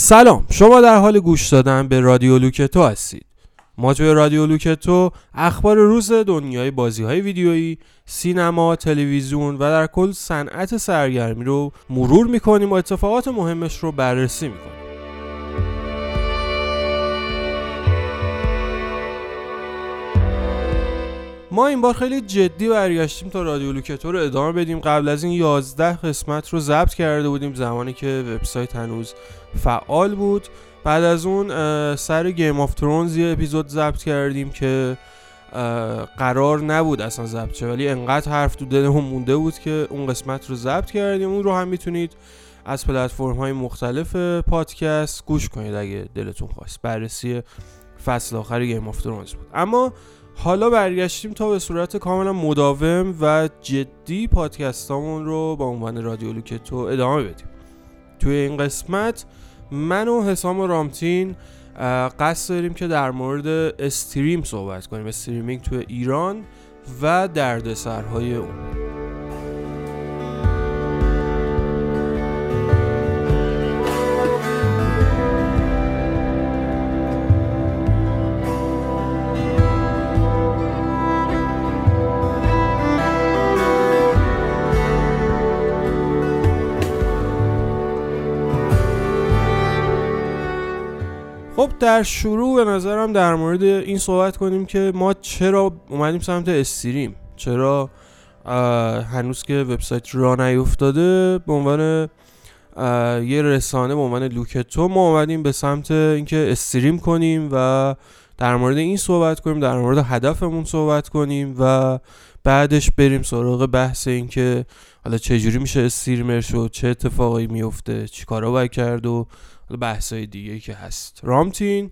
سلام، شما در حال گوش دادن به رادیو لوکتو هستید. ما توی رادیو لوکتو اخبار روز دنیای بازی‌های ویدیویی، سینما، تلویزیون و در کل صنعت سرگرمی رو مرور می‌کنیم و اتفاقات مهمش رو بررسی می‌کنیم. ما این بار خیلی جدی برگشتیم تا رادیو لوکتو رو ادامه بدیم. قبل از این 11 قسمت رو ضبط کرده بودیم زمانی که وبسایت هنوز فعال بود. بعد از اون سر گیم آف ترونز یه اپیزود ضبط کردیم که قرار نبود اصلا ضبط شه، ولی انقدر حرف تو دلمون مونده بود که اون قسمت رو ضبط کردیم. اون رو هم میتونید از پلتفرم‌های مختلف پادکست گوش کنید اگه دلتون خواست. بررسی فصل آخر گیم آف ترونز بود. اما حالا برگشتیم تا به صورت کاملا مداوم و جدی پادکستامون رو با عنوان رادیو لوکتو ادامه بدیم. توی این قسمت من و حسام و رامتین قصد داریم که در مورد استریم صحبت کنیم، استریمینگ توی ایران و دردسرهای اون. خب در شروع به نظرم در مورد این صحبت کنیم که ما چرا اومدیم سمت استریم، چرا هنوز که وبسایت راه نیفتاده به عنوان یه رسانه به عنوان لوکتو ما اومدیم به سمت اینکه استریم کنیم و در مورد این صحبت کنیم، در مورد هدفمون صحبت کنیم و بعدش بریم سراغ بحث این که حالا چجوری میشه استریمر شد، چه اتفاقی میفته، چی کارا باید کرد و بحثای دیگه که هست. رامتین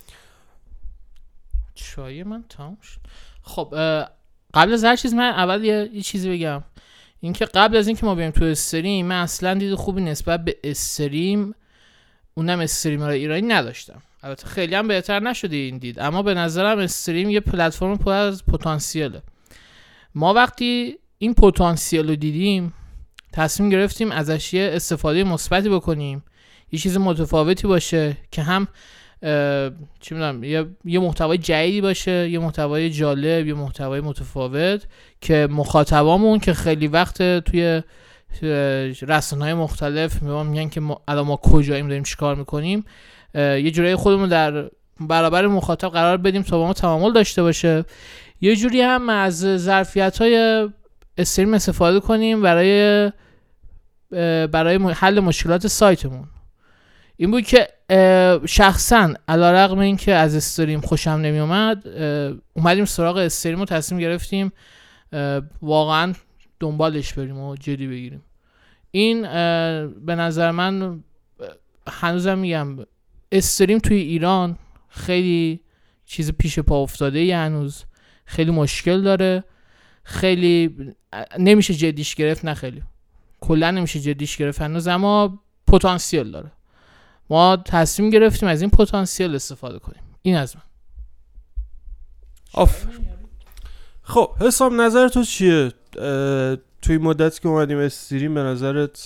چای من تمام شد. خب قبل از هر چیز من اول یه چیزی بگم، اینکه قبل از اینکه ما بریم تو استریم من اصلا دید خوبی نسبت به استریم، اونم استریمرهای ایرانی نداشتم. البته خیلی هم بهتر نشده این دید، اما به نظرم استریم یه پلتفرم پر از پتانسیله. ما وقتی این پتانسیل رو دیدیم تصمیم گرفتیم ازش یه استفاده مثبتی بکنیم، یه چیز متفاوتی باشه که هم چی می‌دونم یه محتوای جدیدی باشه، یه محتوای جالب، یه محتوای متفاوت که مخاطبامون که خیلی وقت توی رسانه‌های مختلف میگن که الان ما کجاییم، داریم چیکار میکنیم، یه جوری خودمون در برابر مخاطب قرار بدیم تا با ما تعامل داشته باشه. یه جوری هم از ظرفیت‌های استریم استفاده کنیم برای حل مشکلات سایتمون. این بود که شخصا علیرغم این که از استریم خوشم نمی اومد اومدیم سراغ استریم و تصمیم گرفتیم واقعا دنبالش بریم و جدی بگیریم. این به نظر من هنوزم میگم استریم توی ایران خیلی چیز پیش پا افتاده ای، هنوز خیلی مشکل داره، خیلی نمیشه جدیش گرفت، نه خیلی کلا نمیشه جدیش گرفت هنوز، اما پتانسیل داره. ما تصمیم گرفتیم از این پتانسیل استفاده کنیم. این از من. خب حسام نظر تو چیه؟ توی مدتی که اومدیم استریم به نظرت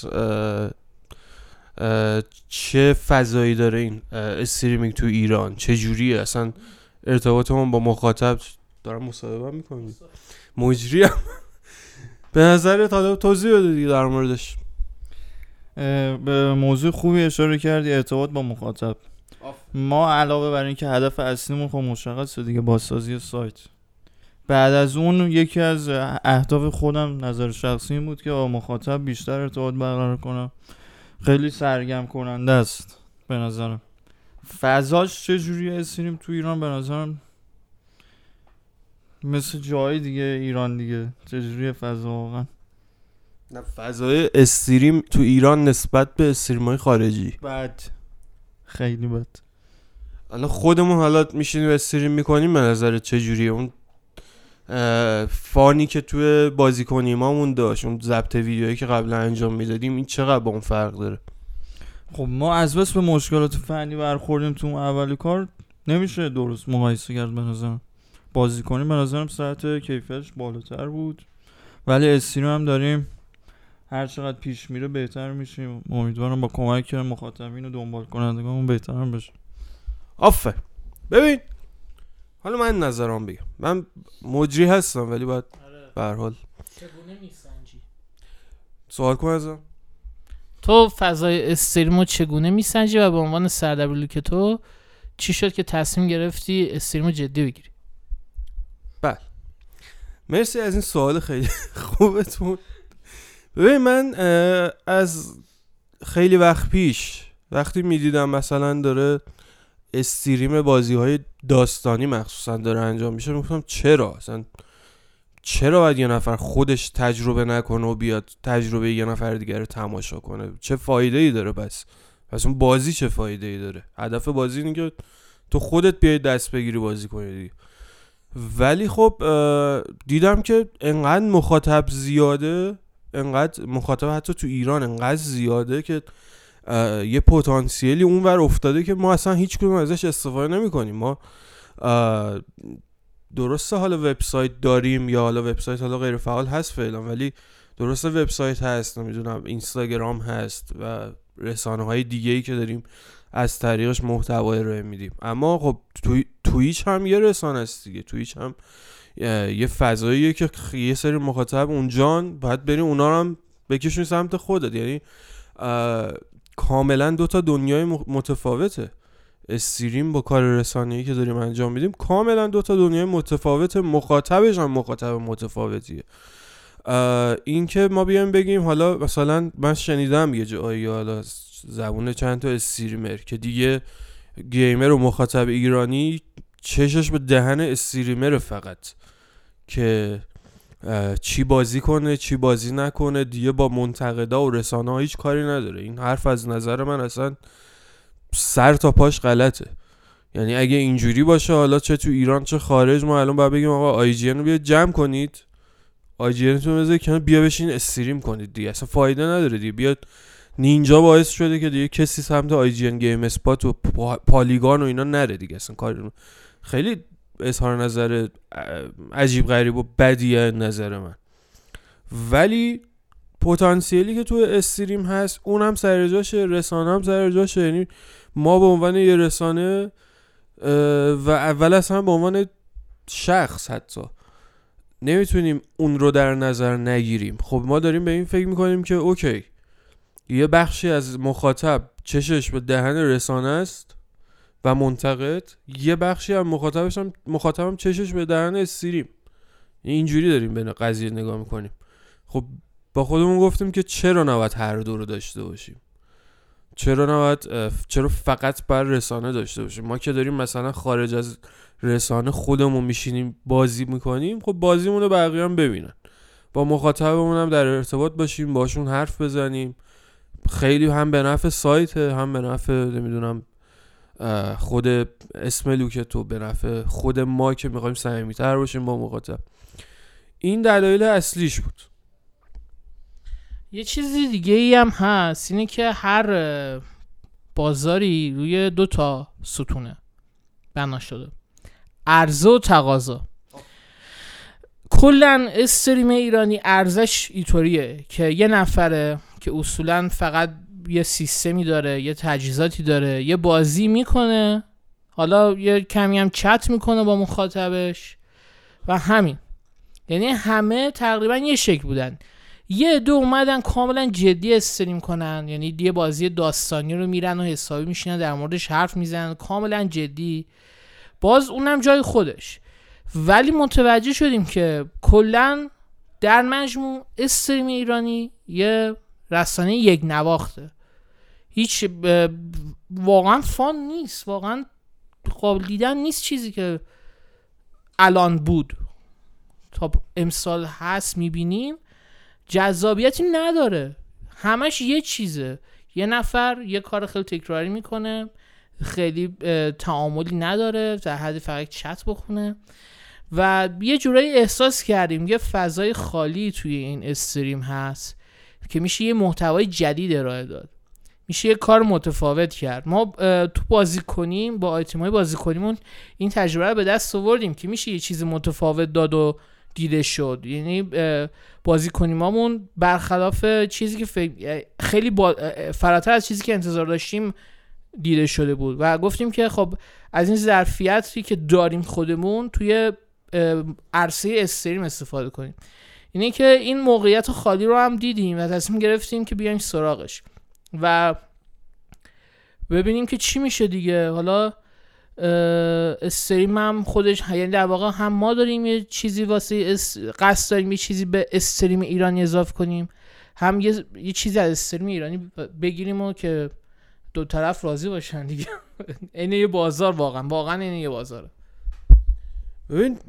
چه فضایی داره این استریمینگ تو ایران؟ چه جوریه اصلا ارتباطمون با مخاطب؟ دارم مصاحبه میکنم مجریم به نظرت حالا توضیح بده دیگه در موردش. به موضوع خوبی اشاره کردی، ارتباط با مخاطب. ما علاوه بر این که هدف اصلیمون خب مشخصه دیگه، بازسازی سایت، بعد از اون یکی از اهداف خودم نظر شخصی این بود که با مخاطب بیشتر ارتباط برقرار کنم. خیلی سرگرم کننده است به نظرم. فضاش چجوریه استریم تو ایران؟ به نظرم مثل جای دیگه ایران دیگه. چجوریه فضا واقعا؟ نه فضای استریم تو ایران نسبت به استریم‌های خارجی بد، خیلی بد. الان خودمون حالا میشینیم استریم میکنیم، به نظرت چجوریه؟ اون فانی که توی بازیکنیمامون داشت، اون ضبط ویدیویی که قبلا انجام میدادیم، این چقدر با اون فرق داره؟ خب ما از بس به مشکلات فنی برخوردیم تو اول کار، نمیشه درست مقایسه کرد. به نظرم بازیکنی به نظرم سطح کیفیتش بالاتر بود، ولی استریم هم داریم هر چقدر پیش میره بهتر میشیم. امیدوارم با کمک مخاطبین و دنبال کنندگان بهتر هم بشه. آفر. ببین حالا من نظرم بگم، من مجری هستم ولی باید به هر حال چگونه میسنجی؟ سوال کن ازم. تو فضای استریمو چگونه میسنجی و به عنوان سردبیرلوک تو چی شد که تصمیم گرفتی استریمو جدی بگیری؟ بله مرسی از این سوال خیلی خوبتون. ببین من از خیلی وقت پیش وقتی میدیدم مثلا داره استریم بازی‌های داستانی مخصوصا داره انجام میشه، میگفتم چرا باید یه نفر خودش تجربه نکنه و بیاد تجربه یه نفر دیگر رو تماشا کنه؟ چه فایده‌ای داره؟ پس اون بازی چه فایده‌ای داره؟ هدف بازی اینه که تو خودت بیای دست بگیری بازی کنی دیگه. ولی خب دیدم که انقدر مخاطب زیاده، انقدر مخاطب حتی تو ایران انقدر زیاده که یه پتانسیلی اونور افتاده که ما اصلا هیچ کدوم ازش استفاده نمی‌کنیم. ما درسته حالا وبسایت داریم یا حالا وبسایت حالا غیر فعال هست فعلا، ولی درسته وبسایت هست، نمیدونم اینستاگرام هست و رسانه‌های دیگه‌ای که داریم از طریقش محتوا ارائه میدیم. اما خب توییچ هم یه رسانه است دیگه. توییچ هم یه فضاییه که یه سری مخاطب اونجان باید بریم اونا رو هم بکشون سمت خودت. یعنی کاملا دوتا دنیای متفاوته. استریم با کار رسانه‌ای که داریم انجام میدیم کاملا دوتا دنیای متفاوته، مخاطبش هم مخاطب متفاوتیه. این که ما بیایم بگیم حالا مثلا من شنیدم یه جایی حالا زبون چند تا استریمر که دیگه گیمر و مخاطب ایرانی چشش به دهن استریمر فقط که چی بازی کنه چی بازی نکنه، دیگه با منتقدا و رسانه ها هیچ کاری نداره. این حرف از نظر من اصلا سر تا پاش غلطه. یعنی اگه اینجوری باشه حالا چه تو ایران چه خارج، ما الان باید بگیم آقا آی جی ان رو بیا جمع کنید، آی جی ان تون بذارید کنار، بیا بشین استریم کنید دیگه. اصلا فایده نداره دیگه. بیاد نینجا باعث شده که دیگه کسی سمت آی جی ان گیم اسپات و پالیگان و اینا نره دیگه. اصلا کار خیلی اظهار نظر عجیب غریب و بدیه نظر من. ولی پتانسیلی که تو استریم هست اونم سر جاشه، رسانه هم سر جاشه. یعنی ما به عنوان یه رسانه و اول اصلا به عنوان شخص حتی نمیتونیم اون رو در نظر نگیریم. خب ما داریم به این فکر میکنیم که اوکی یه بخشی از مخاطب چشش به دهن رسانه است و منتقد، یه بخشی از مخاطبم چشش به دهن استریم. اینجوری داریم به قضیه نگاه میکنیم. خب با خودمون گفتیم که چرا نباید هر دو رو داشته باشیم؟ چرا فقط بر رسانه داشته باشیم؟ ما که داریم مثلا خارج از رسانه خودمون میشینیم بازی میکنیم، خب بازیمون رو بقیه هم ببینن، با مخاطبمون هم در ارتباط باشیم، باشون حرف بزنیم. خیلی هم به نفع سایت، هم به نفع نمیدونم خود اسم لوکتو، به نفع خود ما که میخوایم صمیمیت‌تر باشیم با مخاطب. این دلایل اصلیش بود. یه چیزی دیگه ای هم هست، اینه که هر بازاری روی 2 ستونه بنا شده: عرضه و تقاضا. کلن استریم ایرانی ارزش اینطوریه که یه نفره که اصولا فقط یه سیستمی داره، یه تجهیزاتی داره، یه بازی میکنه، حالا یه کمی هم چت میکنه با مخاطبش و همین. یعنی همه تقریبا یه شکل بودن. یه دو اومدن کاملا جدی استریم کنن، یعنی یه بازی داستانی رو میرن و حسابی میشینن در موردش حرف میزنن کاملا جدی، باز اونم جای خودش. ولی متوجه شدیم که کلا در مجموع استریم ایرانی یه رسانه یک نواخته، هیچ واقعا فان نیست، واقعا قابل دیدن نیست. چیزی که الان بود تا امسال هست میبینیم جذابیتی نداره، همش یه چیزه. یه نفر یه کار خیلی تکراری میکنه، خیلی تعاملی نداره، در حد فقط چت بخونه و یه جورایی احساس کردیم یه فضای خالی توی این استریم هست که میشه یه محتوای جدید ارائه داد، میشه یه کار متفاوت کرد. ما تو بازی کنیم با آیتم‌های بازی کنیمون این تجربه رو به دست آوردیم که میشه یه چیز متفاوت داد و دیده شد. یعنی بازیکنیمامون برخلاف چیزی که خیلی فراتر از چیزی که انتظار داشتیم دیده شده بود و گفتیم که خب از این ظرفیتی که داریم خودمون توی عرصه استریم استفاده کنیم. اینه که این موقعیت خالی رو هم دیدیم و تصمیم گرفتیم که بیایم سراغش و ببینیم که چی میشه دیگه. حالا استریم هم خودش، یعنی در واقع هم ما داریم یه چیزی واسه قصد داریم یه چیزی به استریم ایرانی اضافه کنیم، هم یه چیزی از استریم ایرانی بگیریم و که دو طرف راضی باشن دیگه. اینه یه بازار، واقعا اینه یه بازاره. ببین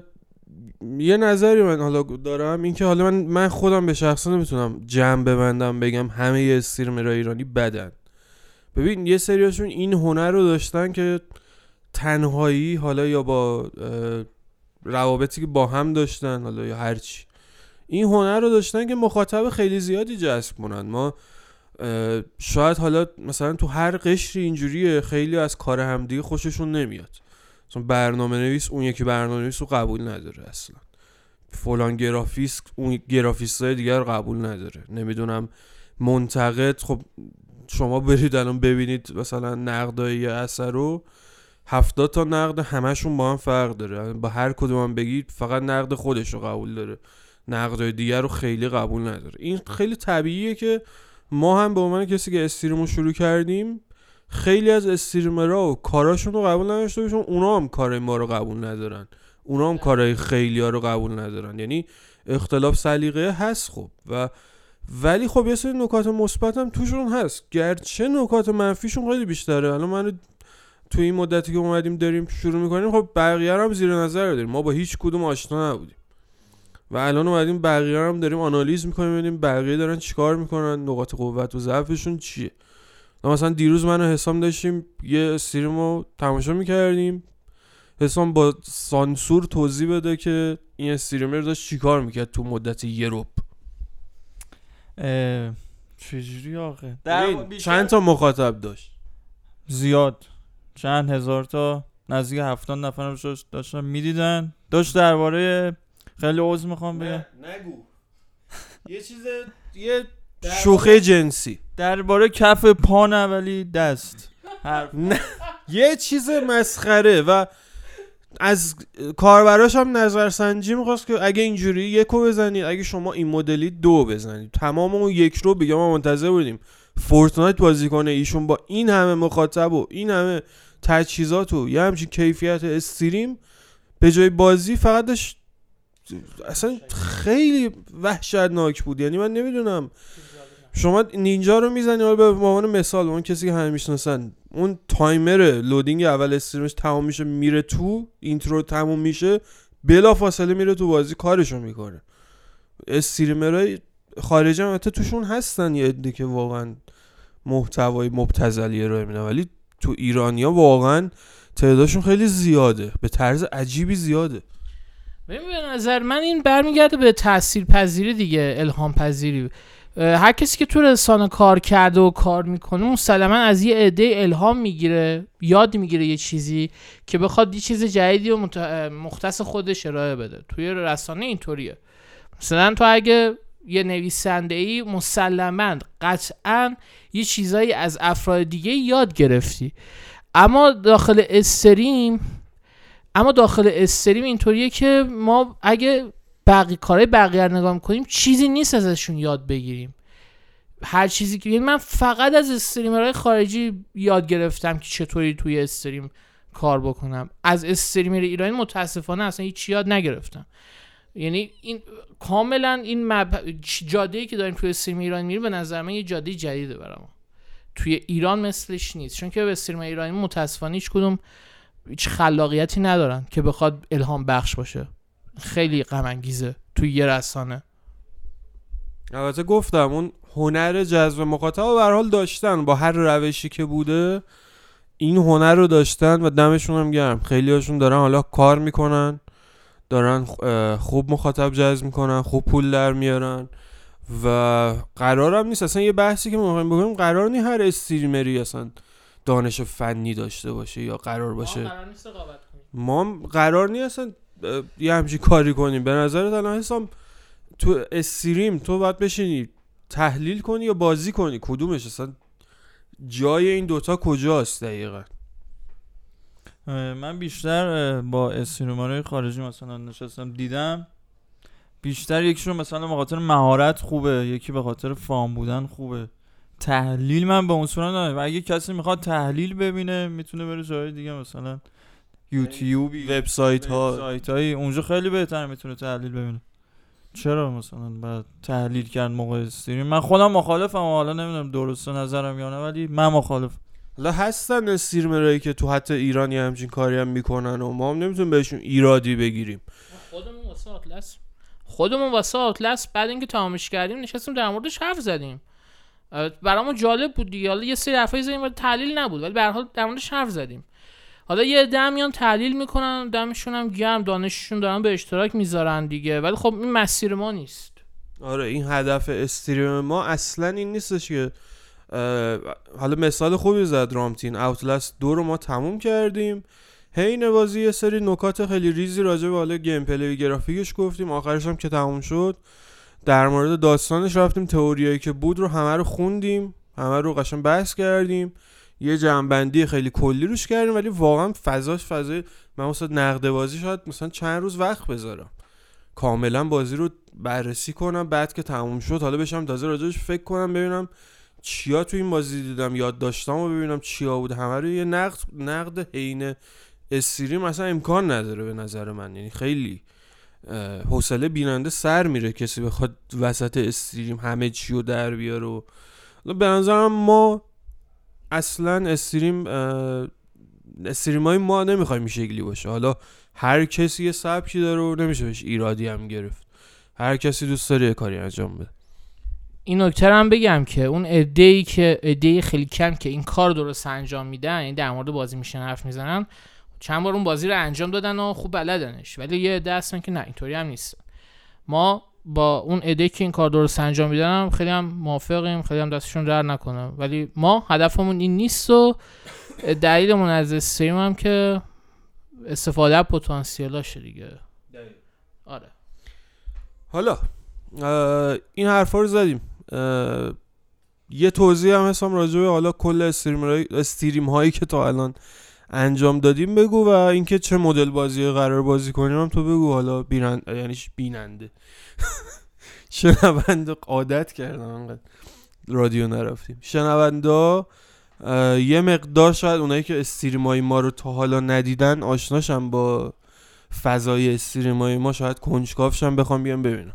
یه نظری من حالا دارم، این که حالا من خودم به شخصه نمیتونم جمع ببندم بگم همه استریمرهای ایرانی بدن. ببین یه سریاشون این هنر رو داشتن که تنهایی، حالا یا با روابطی که با هم داشتن، حالا یا هرچی، این هنر رو داشتن که مخاطب خیلی زیادی جذب کنن. ما شاید حالا مثلا تو هر قشری اینجوریه، خیلی از کار همدیگه خوششون نمیاد، مثلا برنامه نویس اون یکی برنامه نویس رو قبول نداره اصلا، فلان گرافیست اون گرافیستای دیگر رو قبول نداره، نمیدونم منتقد. خب شما برید الان ببینید مثلا نقدای اثر رو، 70 تا نقد همشون با هم فرق داره، با هر کدوم هم بگید فقط نقد خودش رو قبول داره، نقدای دیگر رو خیلی قبول نداره. این خیلی طبیعیه که ما هم به عنوان کسی که استریمو شروع کردیم خیلی از استریمرها و کاراشون رو قبول نداشته باشن، اونا هم کارای ما رو قبول ندارن، اونا هم کارای خیلی‌ها رو قبول ندارن. یعنی اختلاف سلیقه هست خب، ولی خب یه سری نکات مثبت هم توشون هست، گرچه نکات منفیشون خیلی بیشتره. الان من تو این مدتی که اومدیم داریم شروع میکنیم، خب بقیه هم زیر نظر داریم، ما با هیچ کدوم آشنا نبودیم و الان اومدیم بقیه هم داریم آنالیز میکنیم، ببینیم بقیه دارن چیکار میکنن، نقاط قوت و ضعفشون چیه. مثلا دیروز من و حسام داشتیم یه استریمو تماشا میکردیم، حسام با سانسور توضیح بده که این استریمر داشت چیکار میکرد تو مدت یه ربع. چجوری آخه؟ چند تا مخاطب داشت؟ زیاد، چند هزار تا، نزدیک 70 نفر داشتن میدیدن. داشت درباره خیلی عذر میخوام بگم، نگو یه شوخه جنسی درباره کف پا نه ولی دست نه یه چیز مسخره و از کاربراش هم نظرسنجی میخواست که اگه اینجوری یکو بزنید، اگه شما این مدلی 2 بزنید. تمام اون یک رو بگم ما منتظر بودیم فورتنایت بازی کنه ایشون با این همه مخاطب و این همه تجهیزات و یه همچین کیفیت استریم به جای بازی فقط داشت. اصلا خیلی وحشتناک بود. یعنی من نمیدونم، شما نینجا رو میزنی، حالا به عنوان مثال اون کسی که همه میشناسن، اون تایمر لودینگ اول استریمش تمام میشه میره تو اینترو تموم میشه، بلا فاصله میره تو بازی کارشو میکنه. استریمرهای خارجی هم حتی توشون هستن یه عده که واقعا محتوای مبتذلی ارائه میدن، ولی تو ایرانیا واقعا تعدادشون خیلی زیاده، به طرز عجیبی زیاده. به نظر من این برمیگرده به تأثیر پذیری دیگه، الهام پذیری. هر کسی که تو رسانه کار کرده و کار میکنه مسلما از یه عده الهام میگیره، یاد میگیره یه چیزی که بخواد یه چیز جدیدی و مختص خودش ارائه بده. توی رسانه اینطوریه. مثلا تو اگه یه نویسنده‌ای مسلما قطعا یه چیزایی از افراد دیگه یاد گرفتی، اما داخل استریم اینطوریه که ما اگه کارهای بقیه رو نگاه میکنیم چیزی نیست ازشون یاد بگیریم. هر چیزی که من فقط از استریمرهای خارجی یاد گرفتم که چطوری توی استریم کار بکنم. از استریمر ایرانی متاسفانه اصلا هیچ یاد نگرفتم. یعنی این کاملا این جاده‌ای که داریم توی استریم ایرانی میریم به نظر من یه جاده جدیده برام. توی ایران مثلش نیست، چون که به استریم ایرانی متاسفانه هیچ خلاقیتی ندارن که بخواد الهام بخش باشه. خیلی غم انگیزه توی یه رسانه. البته گفتم اون هنر جذب مخاطب به هر حال داشتن، با هر روشی که بوده این هنر رو داشتن و دمشون هم گرم. خیلی هاشون دارن حالا کار میکنن، دارن خوب مخاطب جذب میکنن، خوب پول در میارن و قرارم نیست اصلا یه بحثی که ما میخوایم بکنیم، قرار نیست هر استریمری اصلا دانش فنی داشته باشه یا قرار باشه. قرار نیست رقابت کنیم. ما قرار نیست اصلا یه همچین کاری کنیم. به نظرت الان حسام تو استریم تو باید بشینی تحلیل کنی یا بازی کنی؟ کدومش اصلا جای این دوتا کجاست دقیقا؟ من بیشتر با استریمرهای خارجی مثلا نشستم دیدم، بیشتر یکیشون مثلا به خاطر مهارت خوبه، یکی به خاطر فام بودن خوبه. تحلیل من به اون صورت ندارم. اگه کسی میخواد تحلیل ببینه میتونه بره جای دیگه، مثلا یوتیوبی، وبسایت‌هایی اونجا خیلی بهتر میتونه تحلیل ببینه. چرا مثلا بعد تحلیل کرد موقع استریم؟ من خودم مخالفم، حالا نمیدونم درسته نظرم یا نه، ولی من مخالف. حالا هستن استریمرایی که تو حتی ایرانی همچین کاری هم میکنن و ما هم نمیتونیم بهشون ایرادی بگیریم. خودمون واسه آتلس بعد اینکه تمامش کردیم نشستیم در موردش حرف زدیم. برامون جالب بود دیگه. حالا یه سری حرفای زدیم ولی تحلیل نبود، ولی به هر حال در موردش حرف زدیم. حالا یه عده میان تحلیل میکنن، دمشون هم گرم، دانششون دارن به اشتراک میذارن دیگه، ولی خب این مسیر ما نیست. آره این هدف استریم ما اصلا این نیستش که حالا مثال خوبی زد رامتین. اوتلاست 2 رو ما تموم کردیم، حین بازی یه سری نکات خیلی ریزی راجع به حالا گیم پلی گرافیکش گفتیم، آخرش هم که تموم شد در مورد داستانش رفتیم تئوریایی که بود رو همه رو خوندیم، همه رو قشنگ بحث کردیم، یه جمع‌بندی خیلی کلی روش کردیم. ولی واقعا فضای من مثلا نقد بازی شاید مثلا چند روز وقت بذارم کاملا بازی رو بررسی کنم، بعد که تموم شد حالا بشم تازه راجعش فکر کنم ببینم چیا تو این بازی دیدم، یاد داشتم و ببینم چیا بود. همه رو یه نقد حین استریم مثلا امکان نداره به نظر من. یعنی خیلی حوصله بیننده سر میره کسی بخواد وسط استریم همه چی رو در بیاره. و به نظرم ما اصلا استریمای ما نمیخوایم این شکلی باشه. حالا هر کسی یه سبکی داره و نمیشه بهش ایرادی هم گرفت، هر کسی دوست داره یه کاری انجام بده. این نکته هم بگم که اون عده‌ای خیلی کم که این کار درست انجام میدن، یعنی در مورد بازی میشن حرف میزنن، چند بار اون بازی رو انجام دادن و خوب بلدنش، ولی یه عده هستن که نه اینطوری هم نیست. ما با اون عده که این کار درست انجام میدن خیلی هم موافقیم، خیلی هم دستشون در نکنه، ولی ما هدفمون این نیست و دلیلمون از استریم هم که استفاده از پتانسیلاشه دیگه. آره حالا این حرفا رو زدیم، یه توضیح هم حسام راجع به حالا کل استریم هایی که تا الان انجام دادیم بگو، و اینکه چه مدل بازی قرار بازی کنیم هم تو بگو. حالا یعنی بیننده شنونده عادت کردم انقدر رادیو نرفتیم، شنونده یه مقدار شاید اونایی که استریمای ما رو تا حالا ندیدن آشناشن با فضای استریمای ما، شاید کنجکاوشن بخوام بیان ببینم.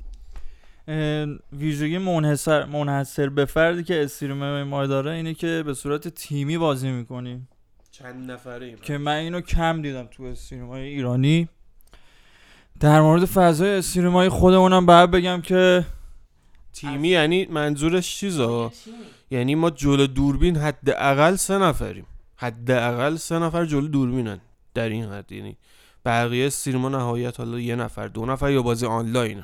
ویژگی منحصر به فردی که استریمای ما داره اینه که به صورت تیمی بازی میکنیم، چند نفره که من اینو کم دیدم تو استریمای ایرانی. در مورد فضای استریمای خودمونم باید بگم که تیمی یعنی منظورش چیزا؟ یعنی ما جلو دوربین حداقل 3 نفریم، حداقل 3 نفر جلو دوربینن در این حد. یعنی بقیه استریما نهایت حالا 1 نفر 2 نفر یا بازی آنلاینه.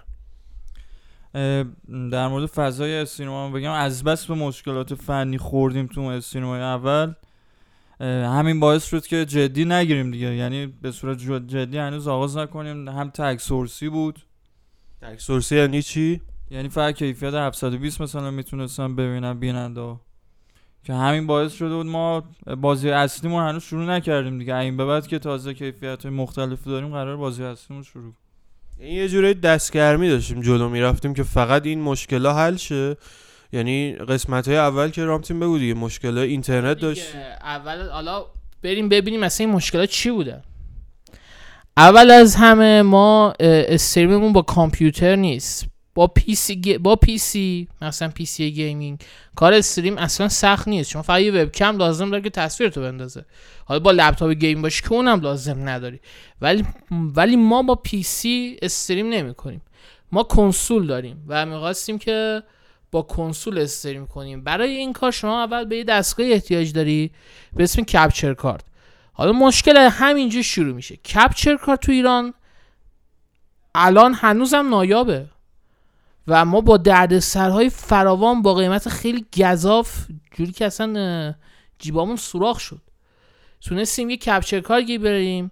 در مورد فضای استریما بگم از بس به مشکلات فنی خوردیم تو استریمای اول، همین باعث شد که جدی نگیریم دیگه، یعنی به صورت جدی هنوز آغاز نکنیم. هم تگ سورسی بود. تگ سورسی یعنی چی؟ یعنی فقط کیفیت 720 مثلا میتونستم ببینم بیننده، که همین باعث شده بود ما بازی اصلیمون هنوز شروع نکردیم دیگه. این به بعد که تازه کیفیت‌های مختلفی داریم قرار بازی اصلیمون شروع. این یه جوری دستگرمی داشتیم جلو میرفتیم که فقط این مشکل‌ها حل شه. یعنی قسمت‌های اول که رامتین بگو دیگه مشکل‌های اینترنت داشت. اول حالا بریم ببینیم مثلا این مشکلات چی بوده. اول از همه ما استریممون با کامپیوتر نیست، با پی سی مثلا پی سی گیمینگ. کار استریم اصلا سخت نیست، شما فقط یه وبکم لازم داره که تصویرتو بندازه. حالا با لپتاپ گیم باشه که اونم لازم نداری، ولی ما با پی سی استریم نمی‌کنیم، ما کنسول داریم و می‌خواستیم که با کنسول استریم کنیم. برای این کار شما اول به یه دستگاه احتیاج داری به اسم کپچر کارت. حالا مشکل همینجا شروع میشه. کپچر کارت تو ایران الان هنوزم نایابه و ما با دردسرهای فراوان با قیمت خیلی گزاف، جوری که اصلا جیبامون سوراخ شد، تونستیم یه کپچر کارت بریم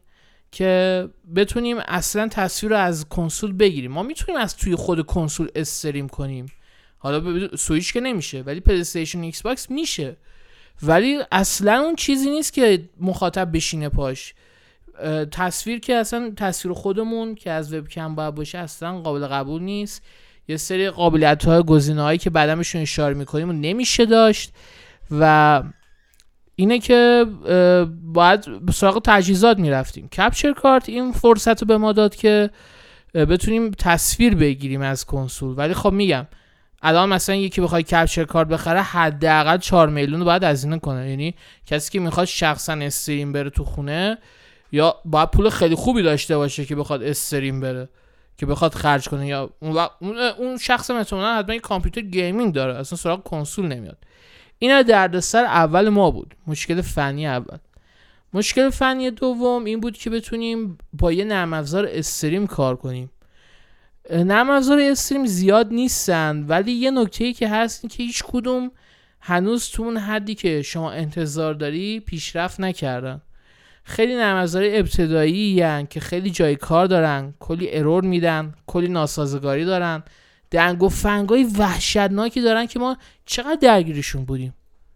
که بتونیم اصلا تصویر رو از کنسول بگیریم. ما میتونیم از توی خود کنسول استریم کنیم، حالا سویچ که نمیشه ولی پلی استیشن ایکس باکس میشه، ولی اصلا اون چیزی نیست که مخاطب بشینه پاش. تصویر که اصلا تصویر خودمون که از وبکم باید باشه اصلا قابل قبول نیست. یه سری قابلیت‌های گزینه‌هایی که بعدا بهشون اشاره می‌کنیم نمیشه داشت و اینه که باید به سراغ تجهیزات میرفتیم. کپچر کارت این فرصت رو به ما داد که بتونیم تصویر بگیریم از کنسول، ولی خب میگم الان مثلا یکی بخواد کپچر کارت بخره حداقل 4 میلیون باید هزینه کنه. یعنی کسی که میخواد شخصا استریم بره تو خونه یا باید پول خیلی خوبی داشته باشه که بخواد استریم بره، که بخواد خرج کنه، یا اون شخص مثلا حتما یه کامپیوتر گیمینگ داره، اصلا سراغ کنسول نمیاد. اینا دردسر اول ما بود، مشکل فنی اول. مشکل فنی دوم این بود که بتونیم با یه نرم افزار استریم کار کنیم. نرم افزار استریم زیاد نیستن، ولی یه نکته‌ای که هست این که هیچ کدوم هنوز تو اون حدی که شما انتظار داری پیشرفت نکردن. خیلی نرم افزار ابتدایی هستن که خیلی جای کار دارن، کلی ارور میدن، کلی ناسازگاری دارن، دنگ و فنگای وحشتناکی دارن که ما چقدر درگیرشون بودیم.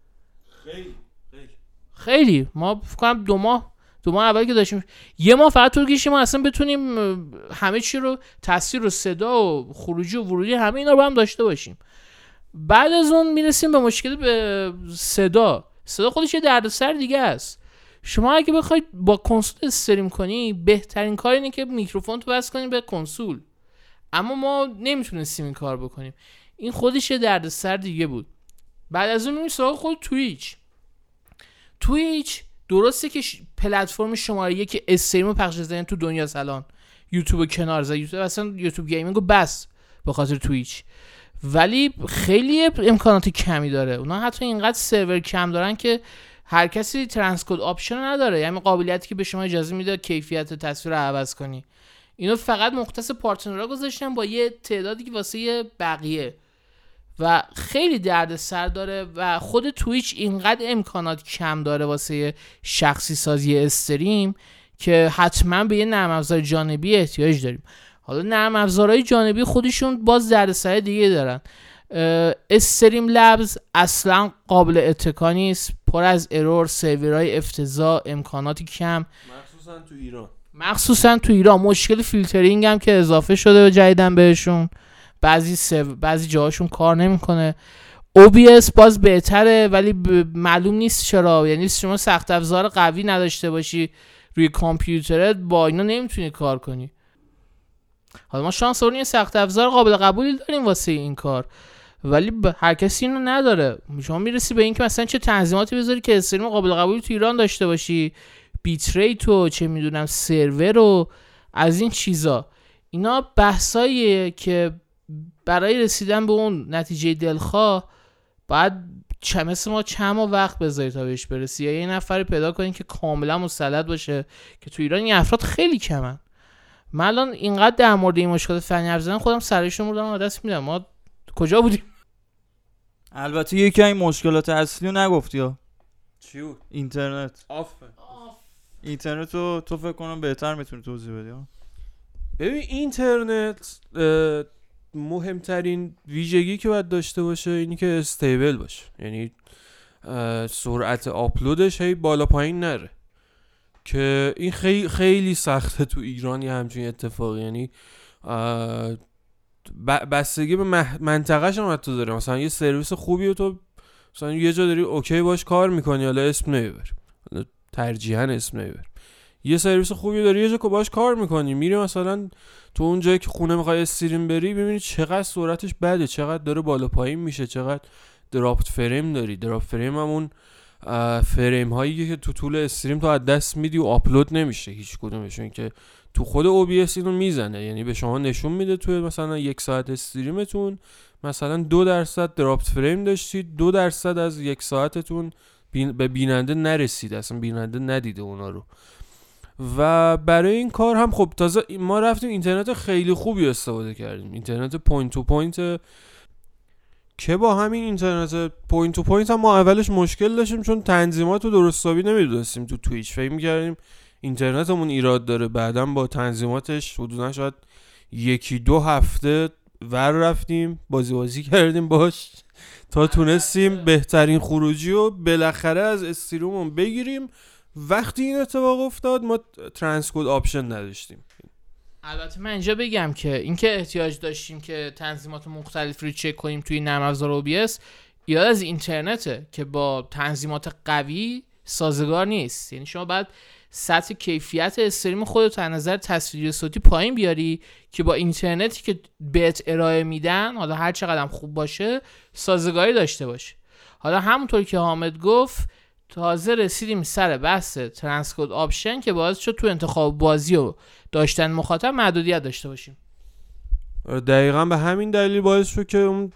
خیلی ما فکر کنم دو ماه اولی که داشتیم، یه ماه فقط طول کشید ما اصلا بتونیم همه چی رو، تصویر و صدا و خروجی و ورودی همه اینا رو هم داشته باشیم. بعد از اون میرسیم به مشکل به صدا خودش یه دردسر دیگه است. شما اگه بخواید با کنسول استریم کنی بهترین کار اینه که میکروفون تو وصل کنی به کنسول، اما ما نمیتونستیم این کار بکنیم. این خودش یه دردسر دیگه بود. بعد از اون میریم سراغ خود تویچ درسته که پلتفرم شماره یک استریم و پخش زدن تو دنیاست الان، یوتیوب کنار زد، یوتیوب اصلا یوتیوب گیمینگو بس به خاطر تویچ، ولی خیلی امکانات کمی داره. اونا حتی اینقدر سرور کم دارن که هر کسی ترانسکود آپشن نداره، یعنی قابلیتی که به شما اجازه میده کیفیت تصویر رو عوض کنی. اینو فقط مختص پارتنرها گذاشتن با یه تعدادی که واسه بقیه و خیلی دردسر داره و خود تویچ اینقدر امکانات کم داره واسه شخصی سازی استریم که حتما به یه نرم افزار جانبی احتیاج داریم. حالا نرم افزارهای جانبی خودشون باز دردسر دیگه دارن. استریم لبز اصلا قابل اتکا نیست، پر از ارور، سرورهای افتضاح، امکاناتی کم، مخصوصا تو ایران. مشکل فیلترینگ هم که اضافه شده جدیدن بهشون، بعضی جاهاشون کار نمیکنه. OBS باز بهتره ولی معلوم نیست چرا، یعنی شما سخت افزار قوی نداشته باشی روی کامپیوترت با اینا نمیتونی کار کنی. حالا ما شانس آوردیم سخت افزار قابل قبولی داریم واسه این کار، ولی هر کسی اینو نداره. شما میرسی به این که مثلا چه تنظیماتی بذاری که استریم قابل قبولی تو ایران داشته باشی، بیت ریت و چه میدونم سرور و از این چیزا. اینا بحثاییه که برای رسیدن به اون نتیجه دلخواه باید مثل ما چند ماه وقت بذاری تا بهش برسی، یا یه نفری پیدا کنین که کاملا مسلط باشه که تو ایران این افراد خیلی کمن. من الان اینقدر در مورد این مشکلات فنی حرف زدم خودم سرش رو مردم دست میدم. ما کجا بودیم؟ البته یکی از این مشکلات اصلی رو نگفتی ها. چی بود؟ اینترنت. اینترنت رو تو فکر کنم بهتر میتونی توضیح بدی ها. ببین اینترنت مهمترین ویژگی که باید داشته باشه اینی که استیبل باشه، یعنی سرعت آپلودش هی بالا پایین نره، که این خیلی سخته تو ایران یه همچین اتفاقی. یعنی بستگی به منطقه‌ش هم حتی داره. مثلا یه سرویس خوبی رو تو مثلا یه جا داری اوکی باش کار میکنی، حالا اسم نمیبر، ترجیحاً اسم نمیبر، یه سرویس خوبی داری یه جا که باش کار میکنی، میری مثلا تو اون جایی که خونه میخوای استریم بری ببینی چقدر سرعتش بده، چقدر داره بالا پایین میشه، چقدر دراپت فریم داری. دراپت فریم همون فریم هایی که تو طول استریم تو از دست میدی و آپلود نمیشه هیچ کدومشون، که تو خود OBS اینو میزنه، یعنی به شما نشون میده تو مثلا 1 ساعت استریمتون مثلا 2% دراپت فریم داشتید، 2% از 1 ساعتتون به بیننده نرسید، اصلا بیننده ندیده اونا رو. و برای این کار هم خب تازه ما رفتیم اینترنت خیلی خوبی استفاده کردیم، اینترنت پوینت تو پوینت، که با همین اینترنت پوینت تو پوینت هم ما اولش مشکل داشتیم چون تنظیمات رو درست حسابی نمیدونستیم تو تویچ. فکر می‌کردیم اینترنتمون ایراد داره. بعدم با تنظیماتش حدودا شاید 1-2 هفته ور رفتیم بازی کردیم باش تا تونستیم بهترین خروجی رو بالاخره از استریممون بگیریم. وقتی این اتفاق افتاد ما ترانسکود آپشن نداشتیم. البته من اینجا بگم که اینکه احتیاج داشتیم که تنظیمات مختلف رو چک کنیم توی نرم افزار OBS ایراد از اینترنته که با تنظیمات قوی سازگار نیست. یعنی شما باید سطح کیفیت استریم خودت از نظر تصویری صوتی پایین بیاری که با اینترنتی که بهت ارائه میدن حالا هر چقدر خوب باشه سازگاری داشته باشه. حالا همونطور که حامد گفت تازه رسیدیم سر بحث ترانسکود آپشن که باعث شد تو انتخاب بازی و داشتن مخاطب محدودیت داشته باشیم. دقیقاً به همین دلیل باعث شد که اون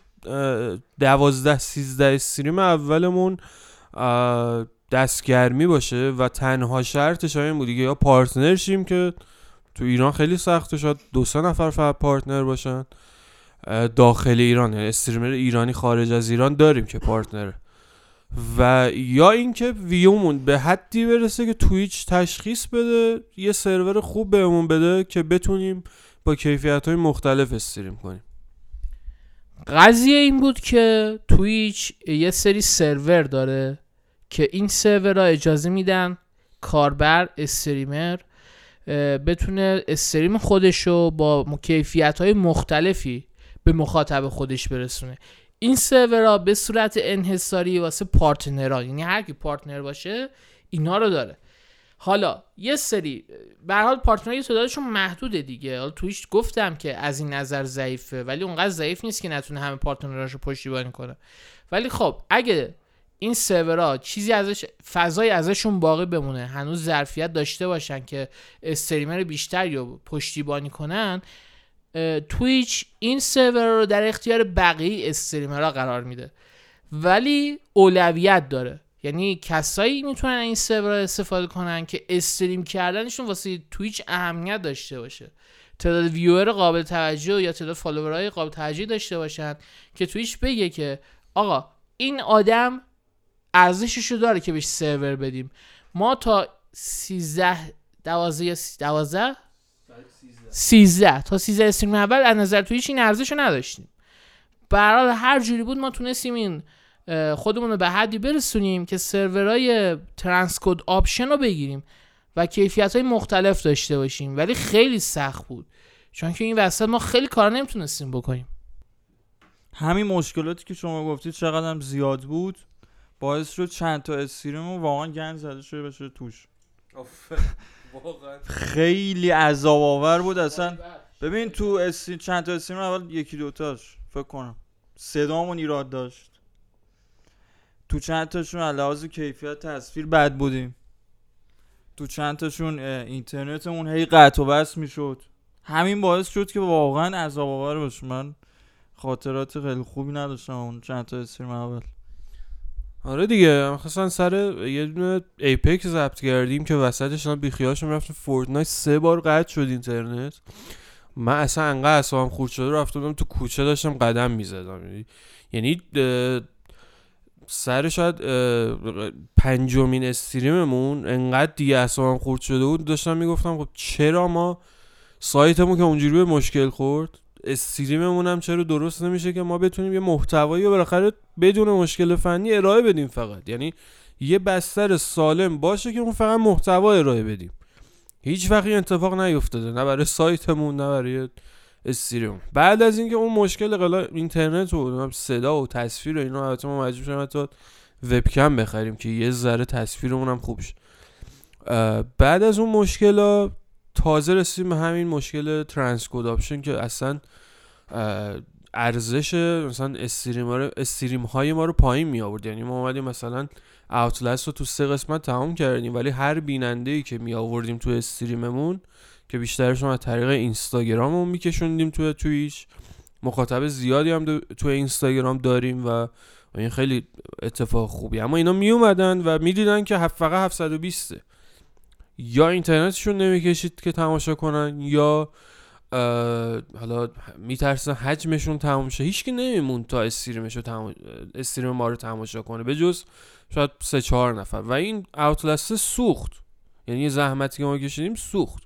12-13 استریم اولمون دستگرمی باشه و تنها شرطش این بود دیگه، یا پارتنر شیم که تو ایران خیلی سخته، شاید 2-3 نفر فقط پارتنر باشن داخل ایران، یعنی استریمر ایرانی خارج از ایران داریم که پارتنره، و یا اینکه ویومون به حدی برسه که تویچ تشخیص بده یه سرور خوب بهمون بده که بتونیم با کیفیت‌های مختلف استریم کنیم. قضیه این بود که تویچ یه سری سرور داره که این سرورها اجازه میدن کاربر استریمر بتونه استریم خودشو با کیفیت‌های مختلفی به مخاطب خودش برسونه. این سرورها به صورت انحصاری واسه پارتنرها، یعنی هر کی پارتنر باشه اینا رو داره. حالا یه سری به هر حال پارتنرها تعدادشون محدوده دیگه. حالا تویش گفتم که از این نظر ضعیفه، ولی اونقدر ضعیف نیست که نتونه همه پارتنراشو پشتیبانی کنه. ولی خب اگه این سرورها چیزی ازش، فضای ازشون باقی بمونه، هنوز ظرفیت داشته باشن که استریمر بیشتری رو پشتیبانی کنن، تویچ این سرور رو در اختیار بقیه استریمرها قرار میده، ولی اولویت داره. یعنی کسایی میتونن این سرور استفاده کنن که استریم کردنشون واسه تویچ اهمیت داشته باشه، تعداد ویور قابل توجه یا تعداد فالوورهای قابل توجهی داشته باشن که تویچ بگه که آقا این آدم ارزششو داره که بهش سرور بدیم. ما تا 13 تا 13 استریم اول از نظر تویچ این ارزشو نداشتیم. برای هر جوری بود ما تونستیم این خودمون رو به حدی برسونیم که سرورهای ترانسکود آپشن رو بگیریم و کیفیت‌های مختلف داشته باشیم، ولی خیلی سخت بود چون که این وسط ما خیلی کارا نمیتونستیم بکنیم. همین مشکلاتی که شما گفتید چقدر هم زیاد بود باعث شد چند تا استریم واقعا گند زده شده بشه توش. خیلی عذاب آور بود اصلا. ببین تو چند تا استریم اول 1-2 تاش فکر کنم صدامون ایراد داشت، تو چند تاشون علاوه کیفیت تصویر بد بودیم، تو چند تاشون اینترنتمون هی قطع و وصل میشد. همین باعث شد که واقعا عذاب آور باشه. من خاطرات خیلی خوبی نداشتم اون چند تا استریم اول. آره دیگه، مثلا سر یه دونه ایپکس ضبط کردیم که وسطش هم بیخیالشون رفتیم فورتنایت 3 بار قطع شد اینترنت. من اصلا انقدر اعصابم خورد شده رفتم تو کوچه داشتم قدم میزدم، یعنی سر شاید 5مین استریممون انقدر دیگه اعصابم خورد شده بود داشتم میگفتم خب چرا ما سایتمون که اونجوری به مشکل خورد، استریممون هم چرا درست نمیشه که ما بتونیم یه محتوایی رو بالاخره بدون مشکل فنی ارائه بدیم، فقط یعنی یه بستر سالم باشه که اون فقط محتوا ارائه بدیم. هیچ وقت این اتفاق نیفتاده، نه برای سایتمون نه برای استریم. بعد از اینکه اون مشکل اینترنت و صدا و تصویر و اینا، البته ما مجبور شدیم تا وبکم بخریم که یه ذره تصویرمون هم خوب شه. بعد از اون مشکلا تازه رسیدیم به همین مشکل ترانسکود آپشن که اصلا ارزش مثلا استریم های ما رو پایین می آورد. یعنی ما اومدیم مثلا اوتلست رو تو 3 قسمت تمام کردیم، ولی هر بیننده‌ای که می آوردیم تو استریممون که بیشترش از طریق اینستاگراممون میکشوندیم تو تویچ، مخاطب زیادی هم تو اینستاگرام داریم و این خیلی اتفاق خوبی. اما اینا می اومدن و میدیدن که فقط 720 یا اینترنتشون نمیکشید که تماشا کنن، یا حالا میترسن حجمشون تمام شه. هیچکی نمیمون تا استریم ما رو تماشا کنه به جز شاید 3-4 نفر و این اوتلست سوخت. یعنی یه زحمتی که ما کشیدیم سوخت.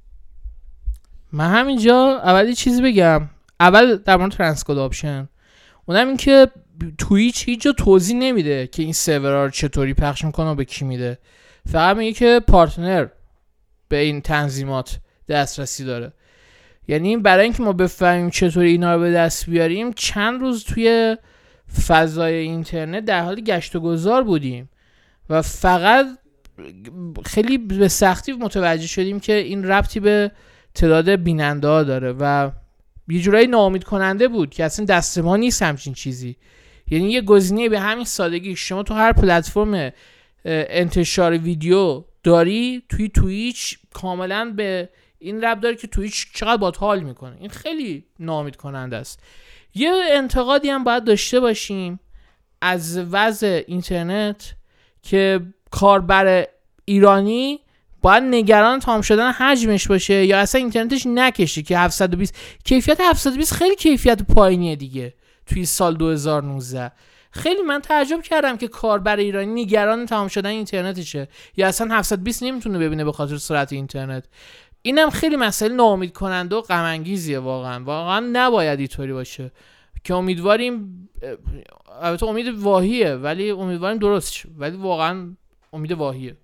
من همینجا اول یه چیزی بگم. اول در مورد ترانسکود آپشن، اونم این که توییچ هیچ جا توضیح نمیده که این سرورها رو چطوری پخش میکنه و به کی میده. فقط میگه که پارتنر به این تنظیمات دسترسی داره. یعنی برای اینکه ما بفهمیم چطوری اینا رو به دست بیاریم چند روز توی فضای اینترنت در حال گشت و گذار بودیم و فقط خیلی به سختی متوجه شدیم که این ربطی به تعداد بیننده ها داره و یه جورایی ناامید کننده بود که اصلا دست ما نیست همچین چیزی. یعنی یه گزینه به همین سادگی شما تو هر پلتفرم انتشار ویدیو داری، توی توییچ کاملا به این ربط داره که توییچ چقدر باهات حال میکنه. این خیلی ناامید کننده است. یه انتقادی هم باید داشته باشیم از وضع اینترنت که کاربر ایرانی باید نگران تمام شدن حجمش باشه یا اصلا اینترنتش نکشه که 720 کیفیت 720 خیلی کیفیت پایینیه دیگه توی سال 2019. خیلی من تعجب کردم که کاربر ایرانی نگران تمام شدن اینترنتشه یا اصلا 720 نمیتونه ببینه به خاطر سرعت اینترنت. اینم خیلی مسئله ناامید کننده و غم انگیزیه. واقعا نباید اینطوری باشه که امیدواریم، البته امید واهیه ولی امیدواریم درست شه، ولی واقعا امید واهیه.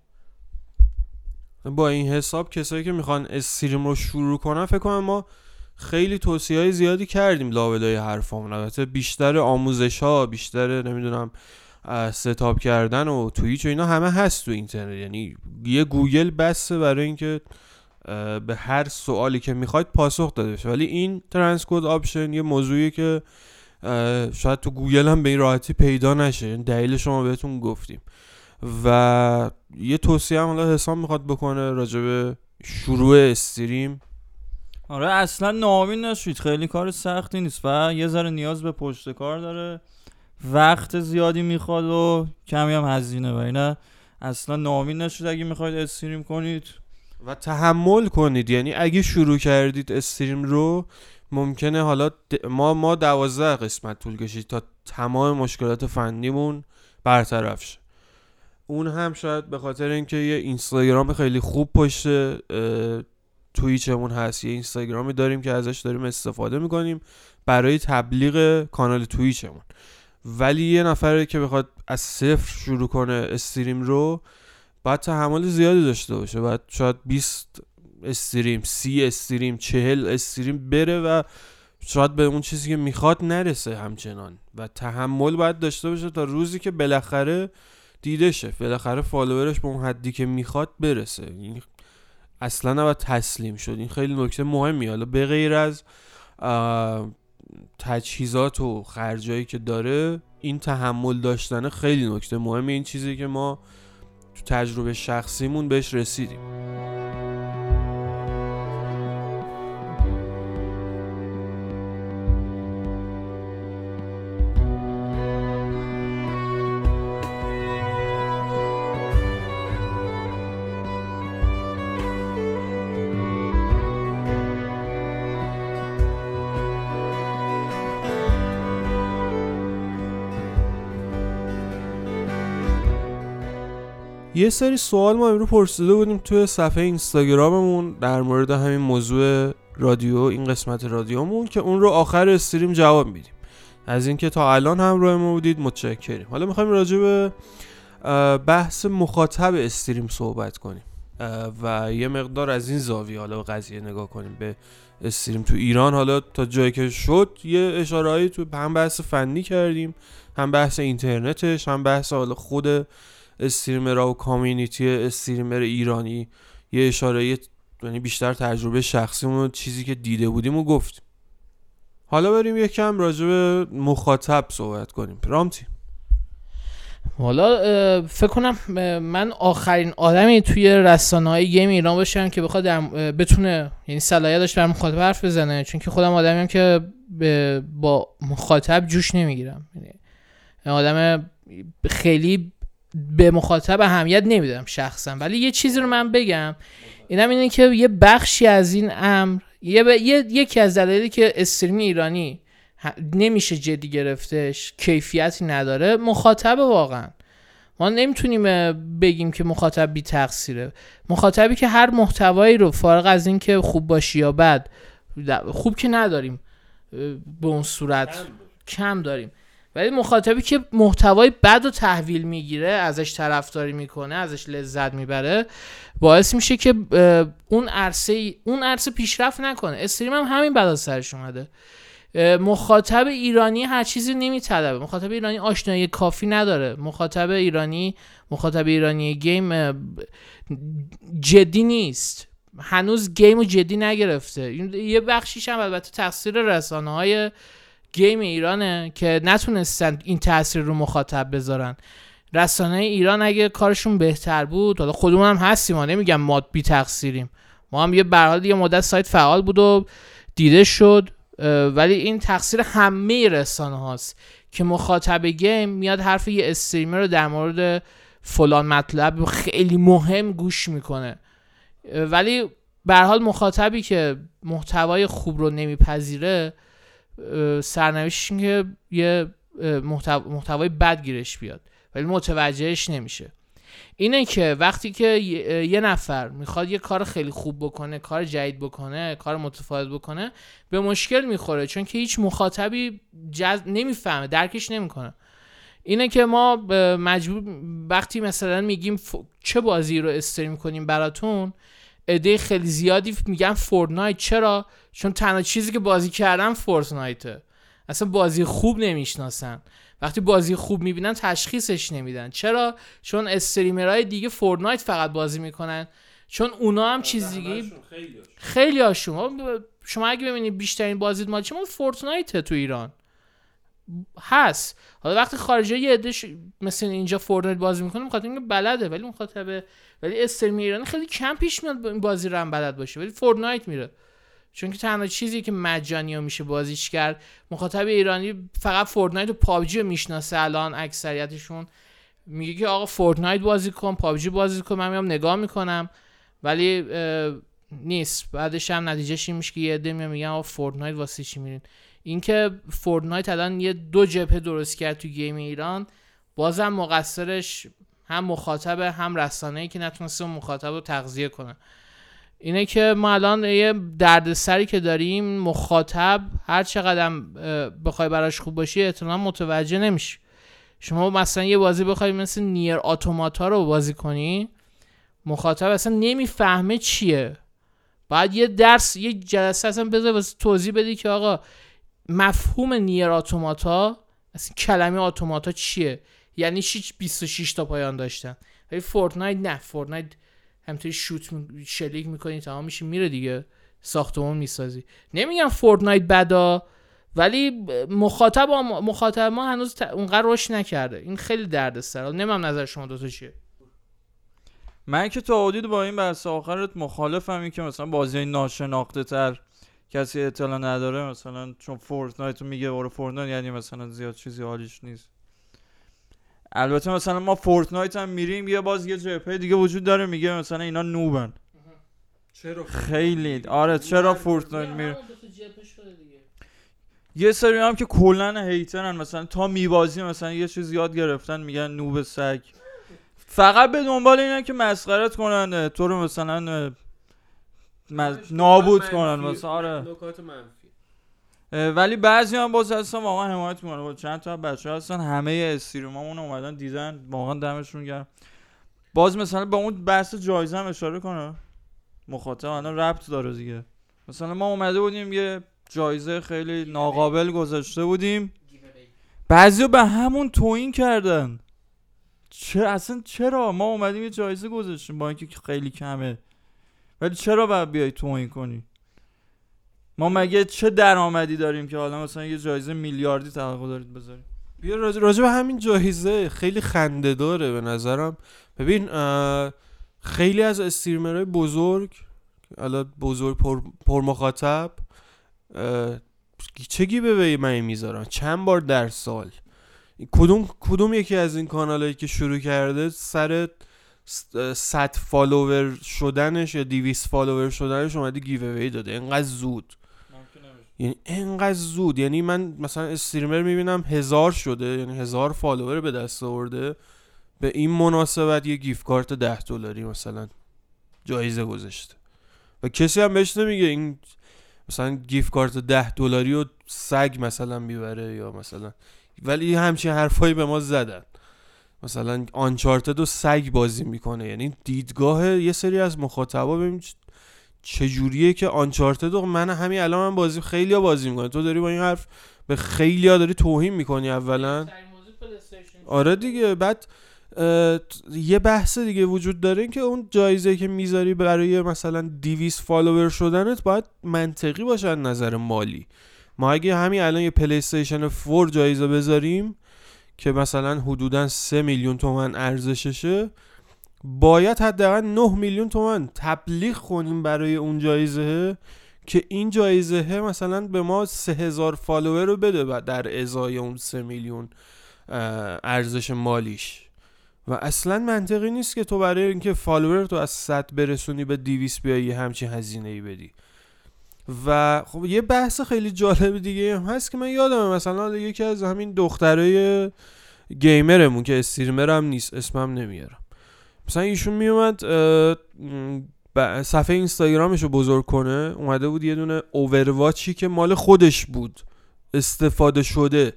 با این حساب کسایی که میخوان استریم رو شروع کنن فکر کنم ما خیلی توصیه‌های زیادی کردیم لابلای حرفامون. البته بیشتر آموزش‌ها، بیشتر نمیدونم ستاپ کردن و توییچ و اینا همه هست تو اینترنت. یعنی یه گوگل بسه برای اینکه به هر سوالی که میخواید پاسخ داده بشه. ولی این ترانسکود آپشن یه موضوعیه که شاید تو گوگل هم به این راحتی پیدا نشه. دلیلش ما بهتون گفتیم. و یه توصیه هم حالا حساب میخواد بکنه راجع به شروع استریم. آره اصلا ناامید نشید، خیلی کار سختی نیست و یه ذره نیاز به پشت کار داره، وقت زیادی میخواد و کمی هم هزینه و اینا. اصلا ناامید نشید اگه میخواید استریم کنید و تحمل کنید. یعنی اگه شروع کردید استریم رو ممکنه حالا ما 12 قسمت طول کشید تا تمام مشکلات فنیمون برطرف شه. اون هم شاید به خاطر اینکه یه اینستاگرام خیلی خوب پشت توییچمون هست، یه اینستاگرامی داریم که ازش داریم استفاده میکنیم برای تبلیغ کانال توییچمون. ولی یه نفره که بخواد از صفر شروع کنه استریم رو باید تحمل زیادی داشته باشه. باید شاید 20 استریم، 30 استریم، 40 استریم بره و شاید به اون چیزی که میخواد نرسه همچنان. و تحمل باید داشته باشه تا روزی که بالاخره دیده شه، بالاخره فالوورش به اون حدی که میخواد برسه. این اصلا نباید تسلیم شد. این خیلی نکته مهمیه. حالا به غیر از تجهیزات و خرجایی که داره، این تحمل داشتن خیلی نکته مهمه. این چیزی که ما تو تجربه شخصیمون بهش رسیدیم. یه سری سوال ما امروز پرسیده بودیم توی صفحه اینستاگراممون در مورد همین موضوع رادیو، این قسمت رادیومون، که اون رو آخر استریم جواب میدیم. از اینکه تا الان همراه ما بودید متشکریم. حالا میخوایم راجع به بحث مخاطب استریم صحبت کنیم و یه مقدار از این زاویه حالا به قضیه نگاه کنیم، به استریم تو ایران. حالا تا جایی که شد یه اشارهایی تو هم بحث فنی کردیم، هم بحث اینترنتش، هم بحث حالا خود استریمرها و کامیونیتی استریمر ایرانی، یه اشاره، یعنی بیشتر تجربه شخصیمون، چیزی که دیده بودیم و گفتیم. حالا بریم یکم راجع به مخاطب صحبت کنیم. رامتی؟ حالا فکر کنم من آخرین آدمی توی رسانه‌های گیم ایران باشم که بخواد بتونه، یعنی صلاحیت داشته در مخاطب حرف بزنه، چون که خودم آدمیم که با مخاطب جوش نمیگیرم. یعنی آدم خیلی به مخاطب اهمیت نمیدم شخصا. ولی یه چیزی رو من بگم، اینم اینه که یه بخشی از این امر، یکی از دلایلی که استریم ایرانی نمیشه جدی گرفتش، کیفیتی نداره، مخاطب ما نمیتونیم بگیم که مخاطب بی تقصیره. مخاطبی که هر محتوایی رو فارغ از این که خوب باشه یا بد، خوب که نداریم به اون صورت، کم داریم، ولی مخاطبی که محتوای بد رو تحویل میگیره، ازش طرفداری میکنه، ازش لذت میبره، باعث میشه که اون عرصه پیشرفت نکنه. استریم هم همین بلا سرش اومده. مخاطب ایرانی هر چیزی نمیطلبه. مخاطب ایرانی آشنایی کافی نداره. مخاطب ایرانی گیم جدی نیست. هنوز گیم رو جدی نگرفته. یه بخشیش هم البته تقصیر رسانه‌های گیم ایرانه که نتونستن این تاثیر رو مخاطب بذارن. رسانه ایران اگه کارشون بهتر بود، حالا خودمون هم هستیم، ما نمیگم ما بی تقصیریم، ما هم به هر حال یه مدت سایت فعال بود و دیده شد، ولی این تقصیر همه رسانه هاست که مخاطب گیم میاد حرف یه استریمر رو در مورد فلان مطلب خیلی مهم گوش میکنه، ولی به هر حال مخاطبی که محتوای خوب رو نمیپذیره سرنوشتش این که یه محتوای بد گیرش بیاد ولی متوجهش نمیشه. اینه که وقتی که یه نفر میخواد یه کار خیلی خوب بکنه، کار جدید بکنه، کار متفاوت بکنه، به مشکل میخوره، چون که هیچ مخاطبی نمیفهمه، درکش نمیکنه. اینه که ما مجبور وقتی مثلا میگیم چه بازی رو استریم کنیم براتون، عده خیلی زیادی میگن فورتنایت. چرا؟ چون تنها چیزی که بازی کردن فورتنایته، اصلا بازی خوب نمیشناسن. وقتی بازی خوب میبینن تشخیصش نمیدن. چرا؟ چون استریمرهای دیگه فورتنایت فقط بازی میکنن، چون اونا هم چیز دیگه خیلی هاشون. شما اگه ببینید بیشترین بازی مال چه فورتنایت تو ایران هست. حالا وقتی خارجی یه عده مثلا اینجا فورتنایت بازی میکنه میخواد اینکه بلده، ولی استریم ایرانی خیلی کم پیش میاد این بازی رو هم بلد باشه ولی فورتنایت میره، چون که تنها چیزی که مجانی میشه بازیش کرد. مخاطب ایرانی فقط فورتنایت و پابجی رو میشناسه. الان اکثریتشون میگه که آقا فورتنایت بازی کن، پابجی بازی کن، من میام نگاه میکنم، ولی نیست. بعدش هم نتیجهش این میشه که یه عده میگن آقا فورتنایت واسه چی میرین. اینکه فورتنایت الان یه 2 جبهه درست کرد تو گیم ایران، بازم مقصرش هم مخاطب هم رسانه‌ای که نتونسته مخاطب رو تغذیه کنه. اینه که ما الان یه دردسری که داریم، مخاطب هر چقدر بخوای براش خوب باشی احتمالاً متوجه نمیشه. شما مثلا یه بازی بخوای مثل نیر اتوماتا رو بازی کنی، مخاطب اصلا نمیفهمه چیه. باید یه جلسه اصلا بذار واسه توضیح بدی که آقا مفهوم نیر اتوماتا، اصلا کلمه اتوماتا چیه، یعنی 26 تا پایان داشتن. ولی فورتنایت نه، فورتنایت همینطوری شلیک میکنی تمام میشه میره دیگه، ساختمون میسازی. نمیگم فورتنایت بدا، ولی مخاطب ما هنوز اونقدر رشد نکرده. این خیلی دردسره. نمیدونم نظر شما دوتا چیه؟ من که تا حدود با این بحث آخرت مخالفم. این که مثلا بازی ناشناخته تر کسی اطلاع نداره، مثلا چون فورتنایت رو میگه برو فورتنایت یعنی مثلا زیاد چیزی حالیش نیست. البته مثلا ما فورتنایت هم میریم یه جبهه دیگه وجود داره میگه مثلا اینا نوبن. چرا خیلی آره چرا فورتنایت میره. یه سری هم که کلا هیترن، مثلا تا میبازی مثلا یه چیز یاد گرفتن میگن نوب سگ، فقط به دنبال اینه که مسخرت کنن تو رو، مثلا نابود کنن مثلا. آره نکات منفی. ولی بعضی هم باز هستن واقعا حمایت میکنن. چند تا بچه‌ها هستن همه استریمامون اومدن دیدن، واقعا دمشون گرم. باز مثلا به اون بحث جایزه هم اشاره کنه، مخاطب الان ربط داره دیگه. مثلا ما اومده بودیم یه جایزه خیلی ناقابل گذاشته بودیم، بعضی‌ها به همون توهین کردن. چرا ما اومدیم یه جایزه گذاشتیم با اینکه خیلی کمه، ولی چرا باید بیای توهین کنی؟ ما مگه چه درآمدی داریم که حالا مثلا یه جایزه میلیاردی توقع دارید بذارید؟ بیا راجع به همین جایزه خیلی خنده داره به نظرم. ببین خیلی از استریمرهای بزرگ، الان بزرگ پر مخاطب، چه گیووی من میذارن چند بار در سال. کدوم یکی از این کانالایی که شروع کرده سر 100 فالوور شدنش یا 200 فالوور شدنش اومده گیووی داده اینقدر زود؟ یعنی اینقدر زود، یعنی من مثلا استریمر میبینم 1000 شده، یعنی 1000 فالوور به دست آورده، به این مناسبت یه گیفت کارت $10 مثلا جایزه گذاشته و کسی هم بهش نمیگه این مثلا گیفت کارت $10 و سگ مثلا میبره یا مثلا، ولی همچین حرفایی به ما زدن. مثلا آنچارتد و سگ بازی میکنه، یعنی دیدگاه یه سری از مخاطبا ببین چجوریه که آنچارتد و من همین الان من بازی خیلیا بازی میکنه، تو داری با این حرف به خیلیا داری توهین میکنی اولا. آره دیگه. بعد یه بحث دیگه وجود داره که اون جایزه که میذاری برای مثلا 200 فالوور شدنت باید منطقی باشه از نظر مالی. ما اگه همین الان یه پلی استیشن 4 جایزه بذاریم که مثلا حدوداً 3 میلیون تومان ارزششه، باید حداقل 9 میلیون تومان تبلیغ کنیم برای اون جایزه که این جایزه مثلا به ما 3000 فالوور رو بده در ازای اون 3 میلیون ارزش مالیش. و اصلا منطقی نیست که تو برای اینکه فالوور تو از 100 برسونی به 200 بیایی همچین هزینه‌ای بدی. و خب یه بحث خیلی جالب دیگه هم هست که من یادمه مثلا یکی از همین دخترای گیمرمون که استریمر هم نیست، اسمم نمیارم، مثلا ایشون میومد صفحه اینستاگرامشو بزرگ کنه، اومده بود یه دونه اوورواچی که مال خودش بود استفاده شده،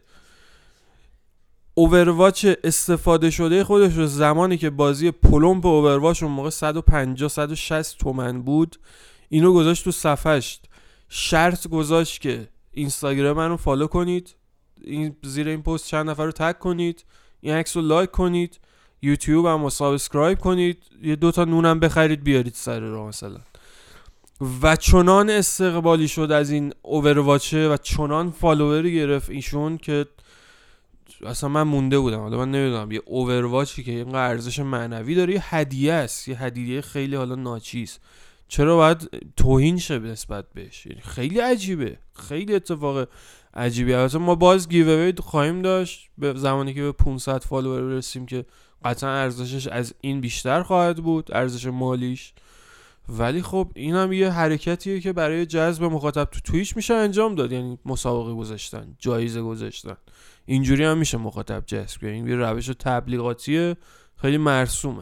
اوورواچ استفاده شده خودش رو زمانی که بازی پلمپ اوورواچ اون موقع 150-160 تومن بود، اینو گذاشت تو صفحش، شرط گذاشت که اینستاگرام منو فالو کنید، این زیر این پست چند نفر رو تگ کنید، این عکس رو لایک کنید، یوتیوب هم رو سابسکرایب کنید، یه 2 تا نونم بخرید بیارید سر راه مثلا. و چنان استقبالی شد از این اوورواچه و چنان فالووری گرفت ایشون که اصلا من مونده بودم. حالا من نمیدونم یه اوورواچی که اینقدر ارزش معنوی داره، یه هدیه است، یه هدیه خیلی حالا ناچیز، چرا باید توهین شه نسبت بهش؟ خیلی عجیبه، خیلی اتفاق عجیبی. البته ما باز گیو اوی خواهیم داشت به زمانی که به 500 فالوور برسیم که قطعا ارزشش از این بیشتر خواهد بود، ارزش مالیش. ولی خب این هم یه حرکتیه که برای جذب مخاطب تو تویچ میشه انجام داد، یعنی مسابقه گذاشتن، جایزه گذاشتن، اینجوری هم میشه مخاطب جذب کنه. این یه روش تبلیغاتیه خیلی مرسومه.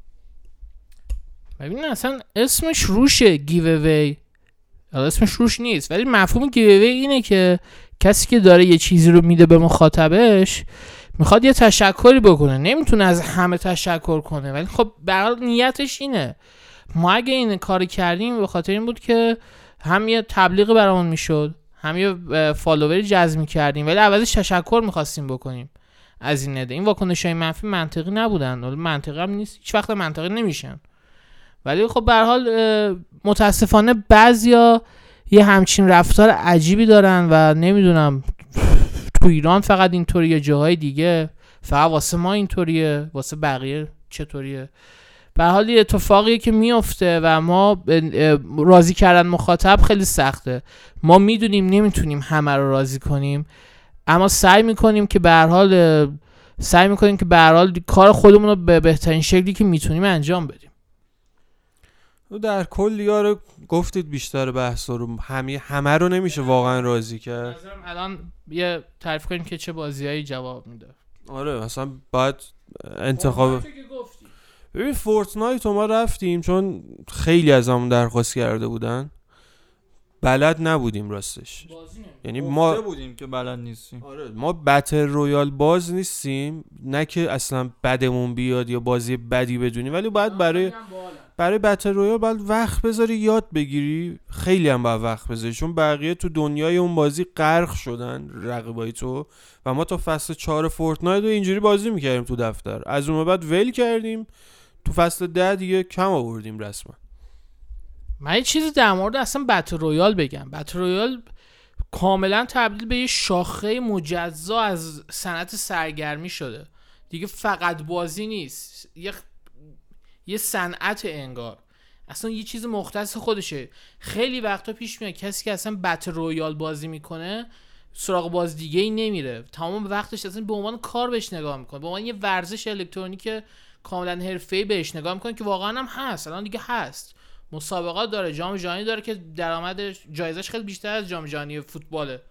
ببین اصلا اسمش روشه گیو اوی، اسمش روش نیست، ولی مفهوم گیو اوی اینه که کسی که داره یه چیزی رو میده به مخاطبش میخواد یه تشکری بکنه، نمیتونه از همه تشکر کنه، ولی خب برای نیتش اینه. ما اگه این کار کردیم به خاطر این بود که هم یه تبلیغ برامون میشد، هم یه فالووری جذب میکردیم، ولی اولش تشکر میخواستیم بکنیم از این نده. این واکنش‌های منفی منطقی نبودن، منطقی هم نیست، هیچ وقت منطقی نمیشن. ولی خب به هر حال متاسفانه بعضیا یه همچین رفتار عجیبی دارن و نمیدونم تو ایران فقط اینطوریه، جاهای دیگه فقط واسه ما اینطوریه، واسه بقیه چطوریه؟ به هر حال یه اتفاقیه که میفته و ما راضی کردن مخاطب خیلی سخته. ما میدونیم نمیتونیم همه رو راضی کنیم، اما سعی میکنیم که به هر حال کار خودمون رو به بهترین شکلی که میتونیم انجام بدیم. در کل یارو گفتید بیشتر بحثا رو همه رو نمیشه واقعا راضی کرد. الان یه تعریف کنیم که چه بازیایی جواب میده. آره مثلا باید انتخاب. ببین فورتنایت ما رفتیم چون خیلی از همون درخواست کرده بودن، بلد نبودیم راستش، یعنی ما بودیم که بلد نیستیم. آره ما بتل رویال باز نیستیم، نه که اصلا بدمون بیاد یا بازی بدی بدونیم، ولی باید برای بتل رویال باید وقت بذاری یاد بگیری، خیلی هم باید وقت بذاری، چون بقیه تو دنیای اون بازی غرق شدن رقیبای تو و ما تا فصل 4 فورتنایت رو اینجوری بازی میکردیم تو دفتر، از اون بعد ول کردیم، تو فصل 10 دیگه کم آوردیم رسما. من یه چیزی در مورد اصلا بتل رویال بگم. بتل رویال کاملا تبدیل به یه شاخه مجزا از صنعت سرگرمی شده دیگه، فقط بازی نیست، یه صنعت انگار، اصلا یه چیز مختص خودشه. خیلی وقتا پیش میاد کسی که اصلا بتل رویال بازی میکنه سراغ باز دیگه ای نمیره، تمام وقتش اصلا به عنوان کار بهش نگاه میکنه، به عنوان یه ورزش الکترونیک کاملا حرفه‌ای بهش نگاه میکنه که واقعا هم هست، الان دیگه هست، مسابقات داره، جام جهانی داره که درآمد جایزش خیلی بیشتر از جام جهانی فوتباله،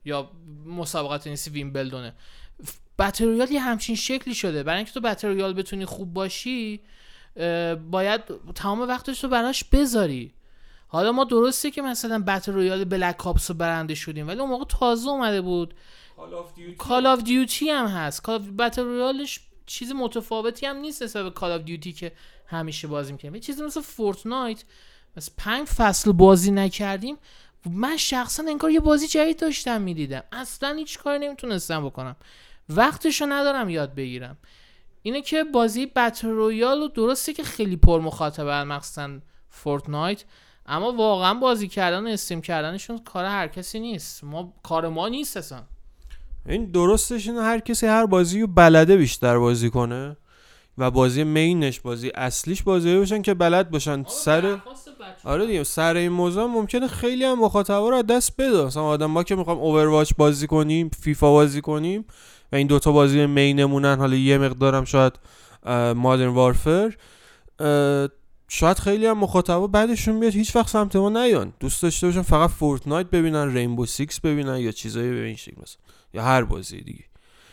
یا مسابقات تنیسی ویمبلدونه. بتل رویال یه همچین شکلی شده. برای اینکه تو بتل رویال بتونی خوب باشی باید تمام وقتش رو براش بذاری. حالا ما درسته که مثلا بتل رویال بلک آپس رو برنده شدیم، ولی اون موقع تازه اومده بود. کال آف دیوتی هم هست. بتل رویالش چیز متفاوتی هم نیست نسبت به کال آف دیوتی که همیشه بازی می‌کنیم. یه چیزی مثل فورتنایت مثلا 5 فصل بازی نکردیم، من شخصا انگار یه بازی جدید داشتم میدیدم. اصلا هیچ کاری نمیتونستم بکنم، وقتشو ندارم یاد بگیرم. اینه که بازی بتل رویال درسته که خیلی پر مخاطبه، مخصوصا فورتنایت، اما واقعا بازی کردن و استریم کردنشون کار هر کسی نیست. کار ما نیست اصلا. این درستش اینه هر کسی هر بازی رو بلده بیشتر بازی کنه و بازی مینش، بازی اصلیش بازی باشن که بلد باشن. آره دیگه سر این موضوع ممکنه خیلی هم مخاطبا رو از دست بده. مثلا آدم ما که میخوام اوورواچ بازی کنیم، فیفا بازی کنیم و این دوتا بازی مینمونن، حالا یه مقدارم شاید مادرن وارفر، شاید خیلی هم مخاطبا بعدشون بیاد هیچ وقت سمت ما نیان، دوست داشته باشن فقط فورتنایت ببینن، رینبو سیکس ببینن یا چیزایی به این شکل مثلا، یا هر بازی دیگه.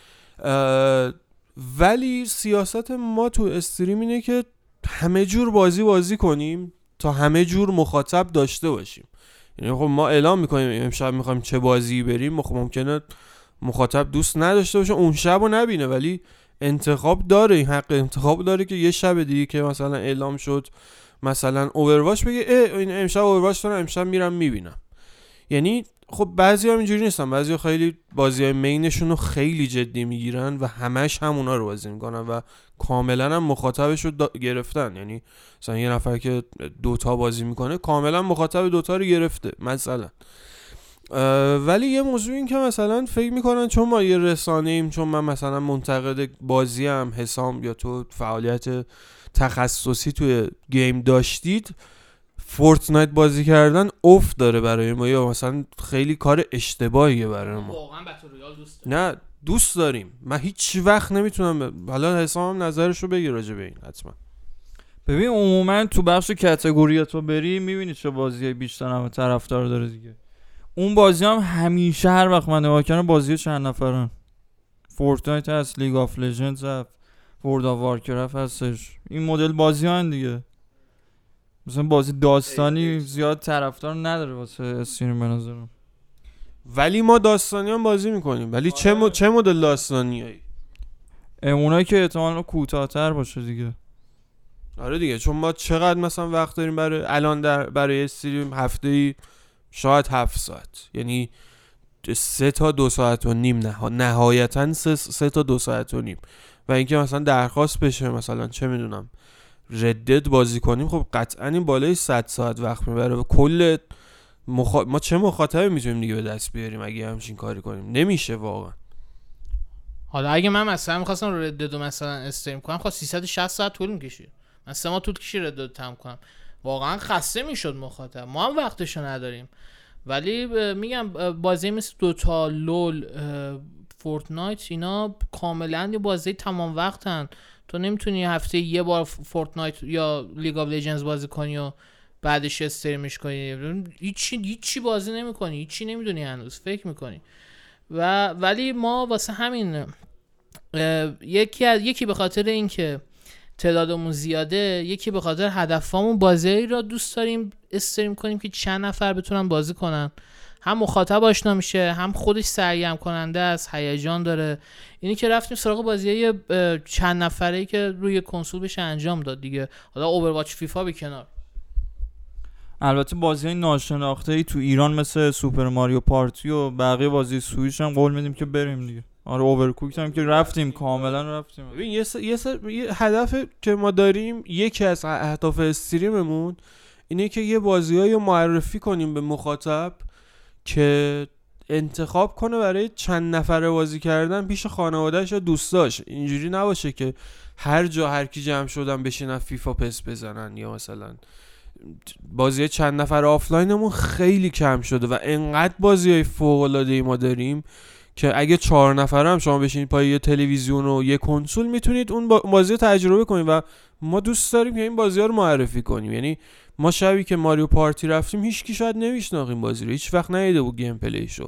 ولی سیاست ما تو استریم اینه که همه جور بازی کنیم تا همه جور مخاطب داشته باشیم. یعنی خب ما اعلام میکنیم امشب میخوایم چه بازی بریم، خب ممکنه مخاطب دوست نداشته باشه اون شب رو نبینه، ولی انتخاب داره، این حق انتخاب داره که یه شب دیگه که مثلا اعلام شد مثلا اوورواچ بگه این امشب اوورواچ دارم، امشب میرم میبینم. یعنی خب بعضی هم اینجوری نیستن، بعضی ها خیلی بازی های مینشون رو خیلی جدی میگیرن و همش همونا رو بازی میکنن و کاملا هم مخاطبش رو گرفتن. یعنی مثلا یه نفر که دوتا بازی میکنه کاملا مخاطب دوتا رو گرفته مثلا. ولی یه موضوع این که مثلا فکر میکنن چون ما یه رسانه ایم، چون من مثلا منتقد بازی هم حسام یا تو فعالیت تخصصی توی گیم داشتید، فورتنایت بازی کردن افت داره برای ما یا مثلا خیلی کار اشتباهیه برای ما. واقعا بتل رویال دوست داریم. نه دوست داریم، من هیچ وقت نمیتونم حالا حسام نظرشو بگی راجع به این. حتما ببین عموما تو بخش کاتگوری تو بری میبینی چه بازیای بیشتر هم طرفدار داره دیگه. اون بازی هم همیشه هر وقت من نگاه کردم بازی چند نفرن. فورتنایت هست، لیگ آف لژندز هست، ورلد آف وارکرافت هستش، این مدل بازی ها دیگه. مثلا بازی داستانی زیاد طرفدار نداره واسه استریم به نظرم. ولی ما داستانی هم بازی میکنیم. ولی چه مدل داستانیایی؟ اونایی که احتمالاً کوتاه‌تر باشه دیگه. آره دیگه، چون ما چقدر مثلا وقت داریم برای استریم؟ هفته‌ای شاید 7 ساعت، یعنی 3 تا 2 ساعت و نیم، نهایتاً 3 تا 2 ساعت و نیم. و اینکه مثلا درخواست بشه مثلا چه میدونم ردد بازی کنیم، خب قطعاً این بالای 100 ساعت وقت میبره و کل ما چه مخاطبی میتونیم دیگه به دست بیاریم اگه همچین کاری کنیم؟ نمیشه واقعا. حالا اگه من مثلا می‌خواستم ردد رو مثلا استریم کنم، خب 360 ساعت طول می‌کشید. مثلا ما طول کشید ردد تمام کنم، واقعا خسته میشد مخاطب. ما هم وقتشو نداریم. ولی میگم بازی مثل دوتا، لول، فورتنایت، اینا کاملا یه بازی تمام وقتن. تو نمیتونی هفته یه بار فورتنایت یا لیگ آف لژندز بازی کنی و بعدش استریمش کنی. هیچی بازی نمیکنی، هیچی نمیدونی هنوز، فکر میکنی. ولی ما واسه همین یکی به خاطر اینکه تعدادمون زیاده، یکی به خاطر هدفمون بازی را دوست داریم استریم کنیم که چند نفر بتونن بازی کنن، هم مخاطب آشنا میشه، هم خودش سرگرم کننده است، هیجان داره. اینی که رفتیم سراغ بازیای چند نفره‌ای که روی کنسول بشه انجام داد دیگه. حالا اوورواچ، فیفا به کنار. البته بازی‌های ناشناخته‌ای تو ایران مثل سوپر ماریو پارتی و بقیه بازی سویچ هم قول میدیم که بریم دیگه. آره اوورکوکت هم که رفتیم، کاملا رفتیم. ببین یه هدف که ما داریم، یکی از اهداف استریممون اینه که یه بازیایی رو معرفی کنیم به مخاطب که انتخاب کنه برای چند نفره بازی کردن پیش خانواده‌اش یا دوستاش. اینجوری نباشه که هر جا هر کی جمع شدن بشینن فیفا پس بزنن، یا مثلا بازی چند نفر آفلاینمون خیلی کم شده و انقدر بازیای فوق‌العاده‌ای ما داریم که اگه 4 نفر هم شما بشینید پای یه تلویزیون و یه کنسول میتونید اون بازی رو تجربه کنید و ما دوست داریم که این بازی‌ها رو معرفی کنیم. یعنی ما شبی که ماریو پارتی رفتیم هیچ کی شاید نمیشناخت این بازی رو، هیچ وقت ندیده بود گیم پلیشو،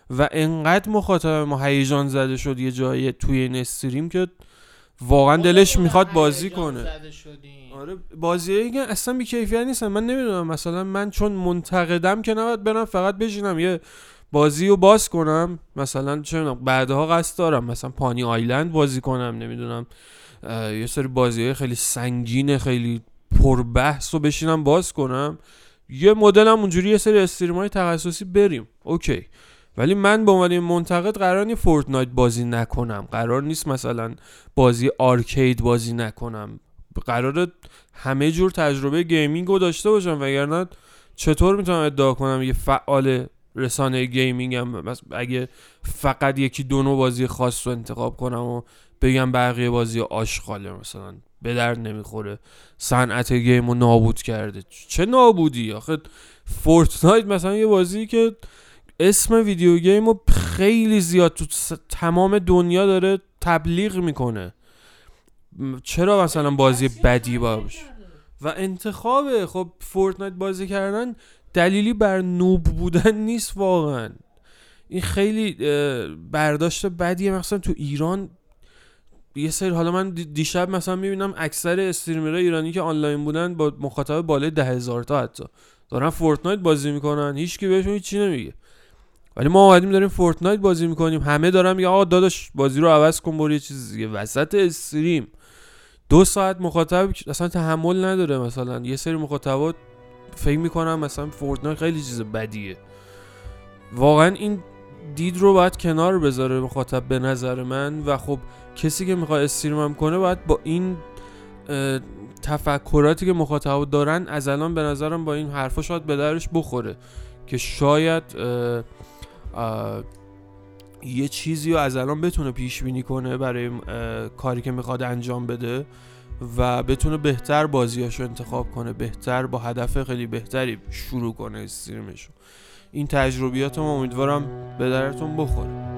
و انقدر مخاطب ما هیجان زده شد یه جایی توی این استریم که واقعا دلش میخواد بازی کنه. آره بازیایی که اصلا بی‌کیفیت نیستن. من نمیدونم مثلا من چون منتقدم که نباید برم فقط بشینم یه بازی رو باز کنم، مثلا چه میدونم بعدها قصد دارم مثلا پانی آیلند بازی کنم، نمیدونم یه سری بازیای خیلی سنگین خیلی پربحث رو بشینم باز کنم، یه مدلم اونجوری یه سری استریمای تخصصی بریم اوکی. ولی من به عنوان منتقد قرار نیست فورتنایت بازی نکنم، قرار نیست مثلا بازی آرکید بازی نکنم، قراره همه جور تجربه گیمینگ رو داشته باشم، وگرنه چطور میتونم ادعا کنم یه فعال رسانه گیمینگ هم اگه فقط یکی دو نوع بازی خاص رو انتخاب کنم و بگم بقیه بازی آشغاله، مثلا به درد نمیخوره، صنعت گیم رو نابود کرده. چه نابودی آخه؟ فورتنایت مثلا یه بازی که اسم ویدیو گیم رو خیلی زیاد تو تمام دنیا داره تبلیغ میکنه، چرا مثلا بازی بدی باشه؟ و انتخابه. خب فورتنایت بازی کردن دلیلی بر نوب بودن نیست واقعا، این خیلی برداشت بدیه. مثلا تو ایران یه سری، حالا من دیشب مثلا میبینم اکثر استریمرهای ایرانی که آنلاین بودن با مخاطب بالای 10,000 تا حتی دارن فورتنایت بازی میکنن، هیچکی بهشون هیچی نمیگه. ولی ما اومدیم داریم فورتنایت بازی میکنیم، همه دارن میگن آقا داداش بازی رو عوض کن برو یه چیز دیگه. وسط استریم 2 ساعت مخاطب اصلا تحمل نداره. مثلا یه سری مخاطبات فکر میکنم مثلا فورتنایت خیلی چیز بدیه. واقعا این دید رو باید کنار بذاره مخاطب به نظر من. و خب کسی که میخواد استریمم کنه باید با این تفکراتی که مخاطب دارن از الان به نظرم با این حرفا شاید به درش بخوره که شاید یه چیزی رو از الان بتونه پیش بینی کنه برای کاری که میخواد انجام بده و بتونه بهتر بازیاشو انتخاب کنه، بهتر با هدف خیلی بهتری شروع کنه استریمشو. این تجربیات ما امیدوارم به درتون بخوره.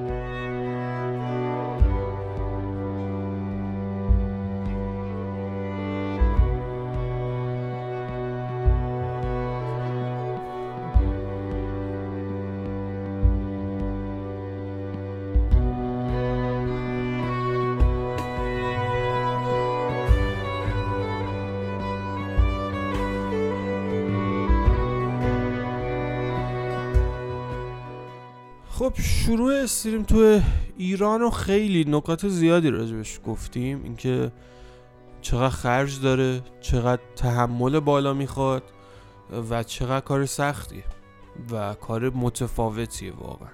خب شروع استریم تو ایران رو خیلی نکات زیادی راجبش گفتیم، اینکه چقدر خرج داره، چقدر تحمل بالا میخواد و چقدر کار سختیه و کار متفاوتیه واقعا.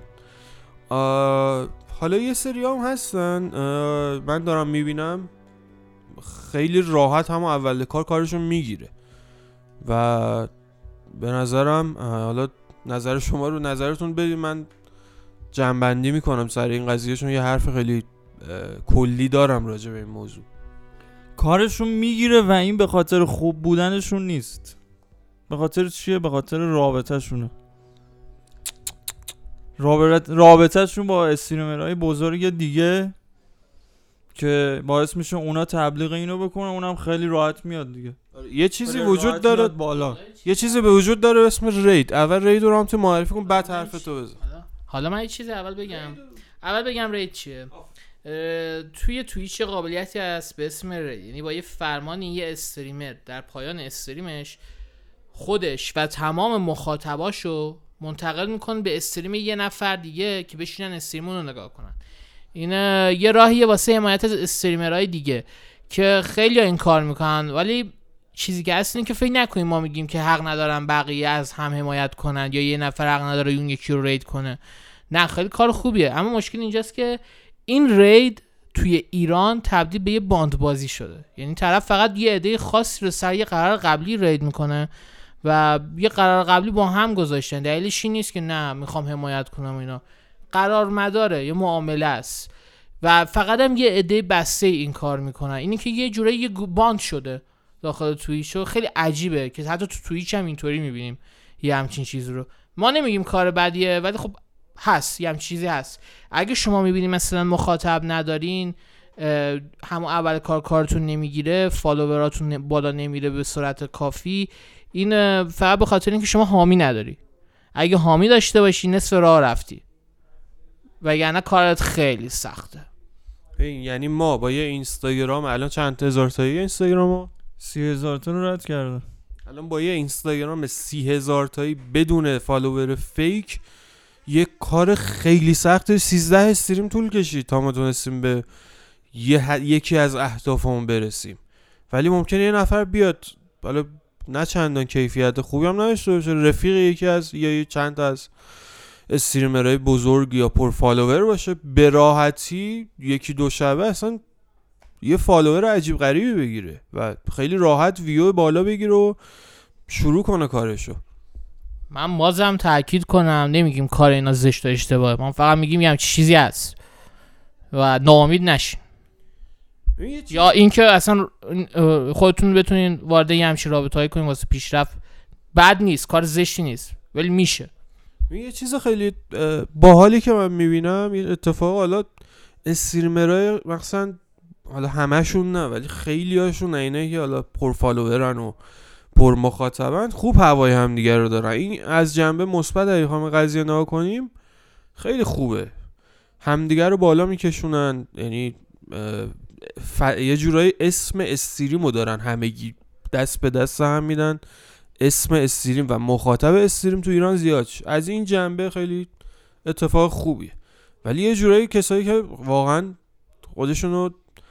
حالا یه سری هم هستن من دارم میبینم خیلی راحت هم اول کارشون میگیره و به نظرم حالا نظر شما رو نظرتون بدید، من جنبندی میکنم سر این قضیه، چون یه حرف خیلی کلی دارم راجع به این موضوع. کارشون میگیره و این به خاطر خوب بودنشون نیست. به خاطر چیه؟ به خاطر رابطه‌شونه. رابطه‌شون با استریمرهای بزرگ دیگه که باعث میشه اونا تبلیغ اینو بکنه، اونم خیلی راحت میاد دیگه. یه چیزی وجود داره بالا، یه چیزی به وجود داره اسم رید. اول رید رو هم تو معرفی کن بعد حرفتو بزن. حالا من یه چیزی اول بگم رید چیه. توی توییچ قابلیتی هست به اسم رید، یعنی با یه فرمانی یه استریمر در پایان استریمش خودش و تمام مخاطباشو منتقل میکنه به استریم یه نفر دیگه که بشینن استریمون رو نگاه کنن. این یه راهیه واسه حمایت از استریمرهای دیگه که خیلی این کار میکنن، ولی چیزی که هست اینه که فکر نکنیم ما میگیم که حق ندارن بقیه از هم حمایت کنن یا یه نفر حق نداره اون یکی رو رید کنه. نه خیلی کار خوبیه، اما مشکل اینجاست که این رید توی ایران تبدیل به یه باند بازی شده. یعنی طرف فقط یه عده خاصی رو سر یه قرار قبلی رید میکنه و یه قرار قبلی با هم گذاشتن. دلیلش این نیست که نه میخوام حمایت کنم اینا، قرار مداره، یه معامله است و فقط هم یه عده بسته این کار میکنن. اینی که یه جوره یه باند شده داخل توییچ و خیلی عجیبه که حتی تو توییچ هم اینطوری میبینیم یه همچین چیزی رو. ما نمیگیم کار بدیه، ولی خب هست، یه همچین چیزی هست. اگه شما میبینید مثلا مخاطب ندارین، همون اول کارتون نمیگیره، فالووراتون بالا نمیره به صورت کافی، این فقط به خاطر اینکه شما حامی نداری. اگه حامی داشته باشی نصف راه رفتی. وگرنه کارت خیلی سخته. یعنی ما با یه اینستاگرام الان چند هزار تایی اینستاگرام 30,000 تا رو رد کرده. الان با یه اینستاگرام 30,000 تایی بدون فالوور فیک یه کار خیلی سخته. 13 استریم طول کشید تا ما تونستیم به یکی از اهدافمون برسیم. ولی ممکنه یه نفر بیاد حالا نه چندان کیفیت خوبی هم نداشته باشه، رفیق یکی از یا چند تا از استریمرهای بزرگ یا پر فالوور باشه، به راحتی یکی دو شبه اصلا یه فالوور عجیب غریبی بگیره و خیلی راحت ویو بالا بگیره و شروع کنه کارشو. من بازم تاکید کنم نمیگیم کار اینا زشت و اشتباهه، ما فقط میگیم یه همچین چیزی هست و ناامید نشین، یا اینکه اصلا خودتون بتونین وارد یه همچین رابطه‌ای کنین واسه پیشرفت. بد نیست، کار زشتی نیست، ولی میشه. یه چیز خیلی باحالی که من میبینم این اتفاق، حالا استریمرهای مثلا حالا همشون نه ولی خیلی هاشون اینه که حالا پر فالوورن و پر مخاطبن، خوب هوای هم دیگه رو دارن. این از جنبه مثبت اگه بخوام قضیه نگاه کنیم خیلی خوبه، همدیگه رو بالا میکشونن. یعنی یه جورایی اسم استریمو دارن همگی دست به دست هم میدن، اسم استریم و مخاطب استریم تو ایران زیاد شد. از این جنبه خیلی اتفاق خوبیه. ولی یه جورایی کسایی که واقعا خودشونو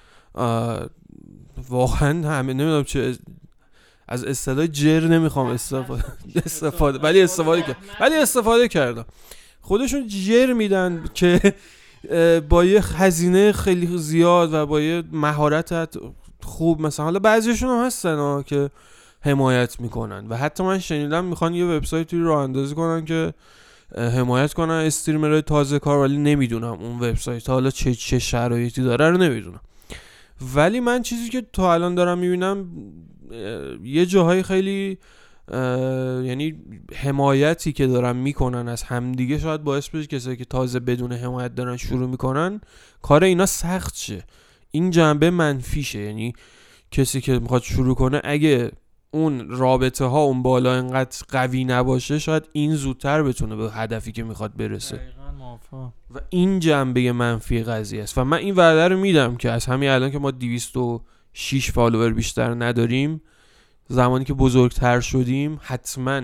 واقعا همه نمیدونم چه از اصطلاح جر نمیخوام استفاده ولی استفاده کردم، خودشون جر میدن که با یه هزینه خیلی زیاد و با یه مهارت خوب، مثلا حالا بعضیشون هم هستن که حمایت میکنن و حتی من شنیدم میخوان یه وبسایتی رو راه اندازی کنن که حمایت کنن استریمرهای تازه کار، ولی نمیدونم اون وبسایت حالا چه شرایطی داره رو نمیدونم. ولی من چیزی که تا الان دارم میبینم یه جاهای خیلی یعنی حمایتی که دارن میکنن از همدیگه شاید باعث بشه کسایی که تازه بدون حمایت دارن شروع میکنن کار اینا سخت شه. این جنبه منفیشه، یعنی کسی که میخواد شروع کنه اگه اون رابطه ها اون بالا اینقدر قوی نباشه شاید این زودتر بتونه به هدفی که میخواد برسه. و این جنبه منفی قضیه است و من این وعده رو میدم که از همین الان که ما 206 فالوور بیشتر نداریم، زمانی که بزرگتر شدیم حتما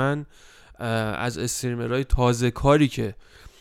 از استریمرهای تازه کاری که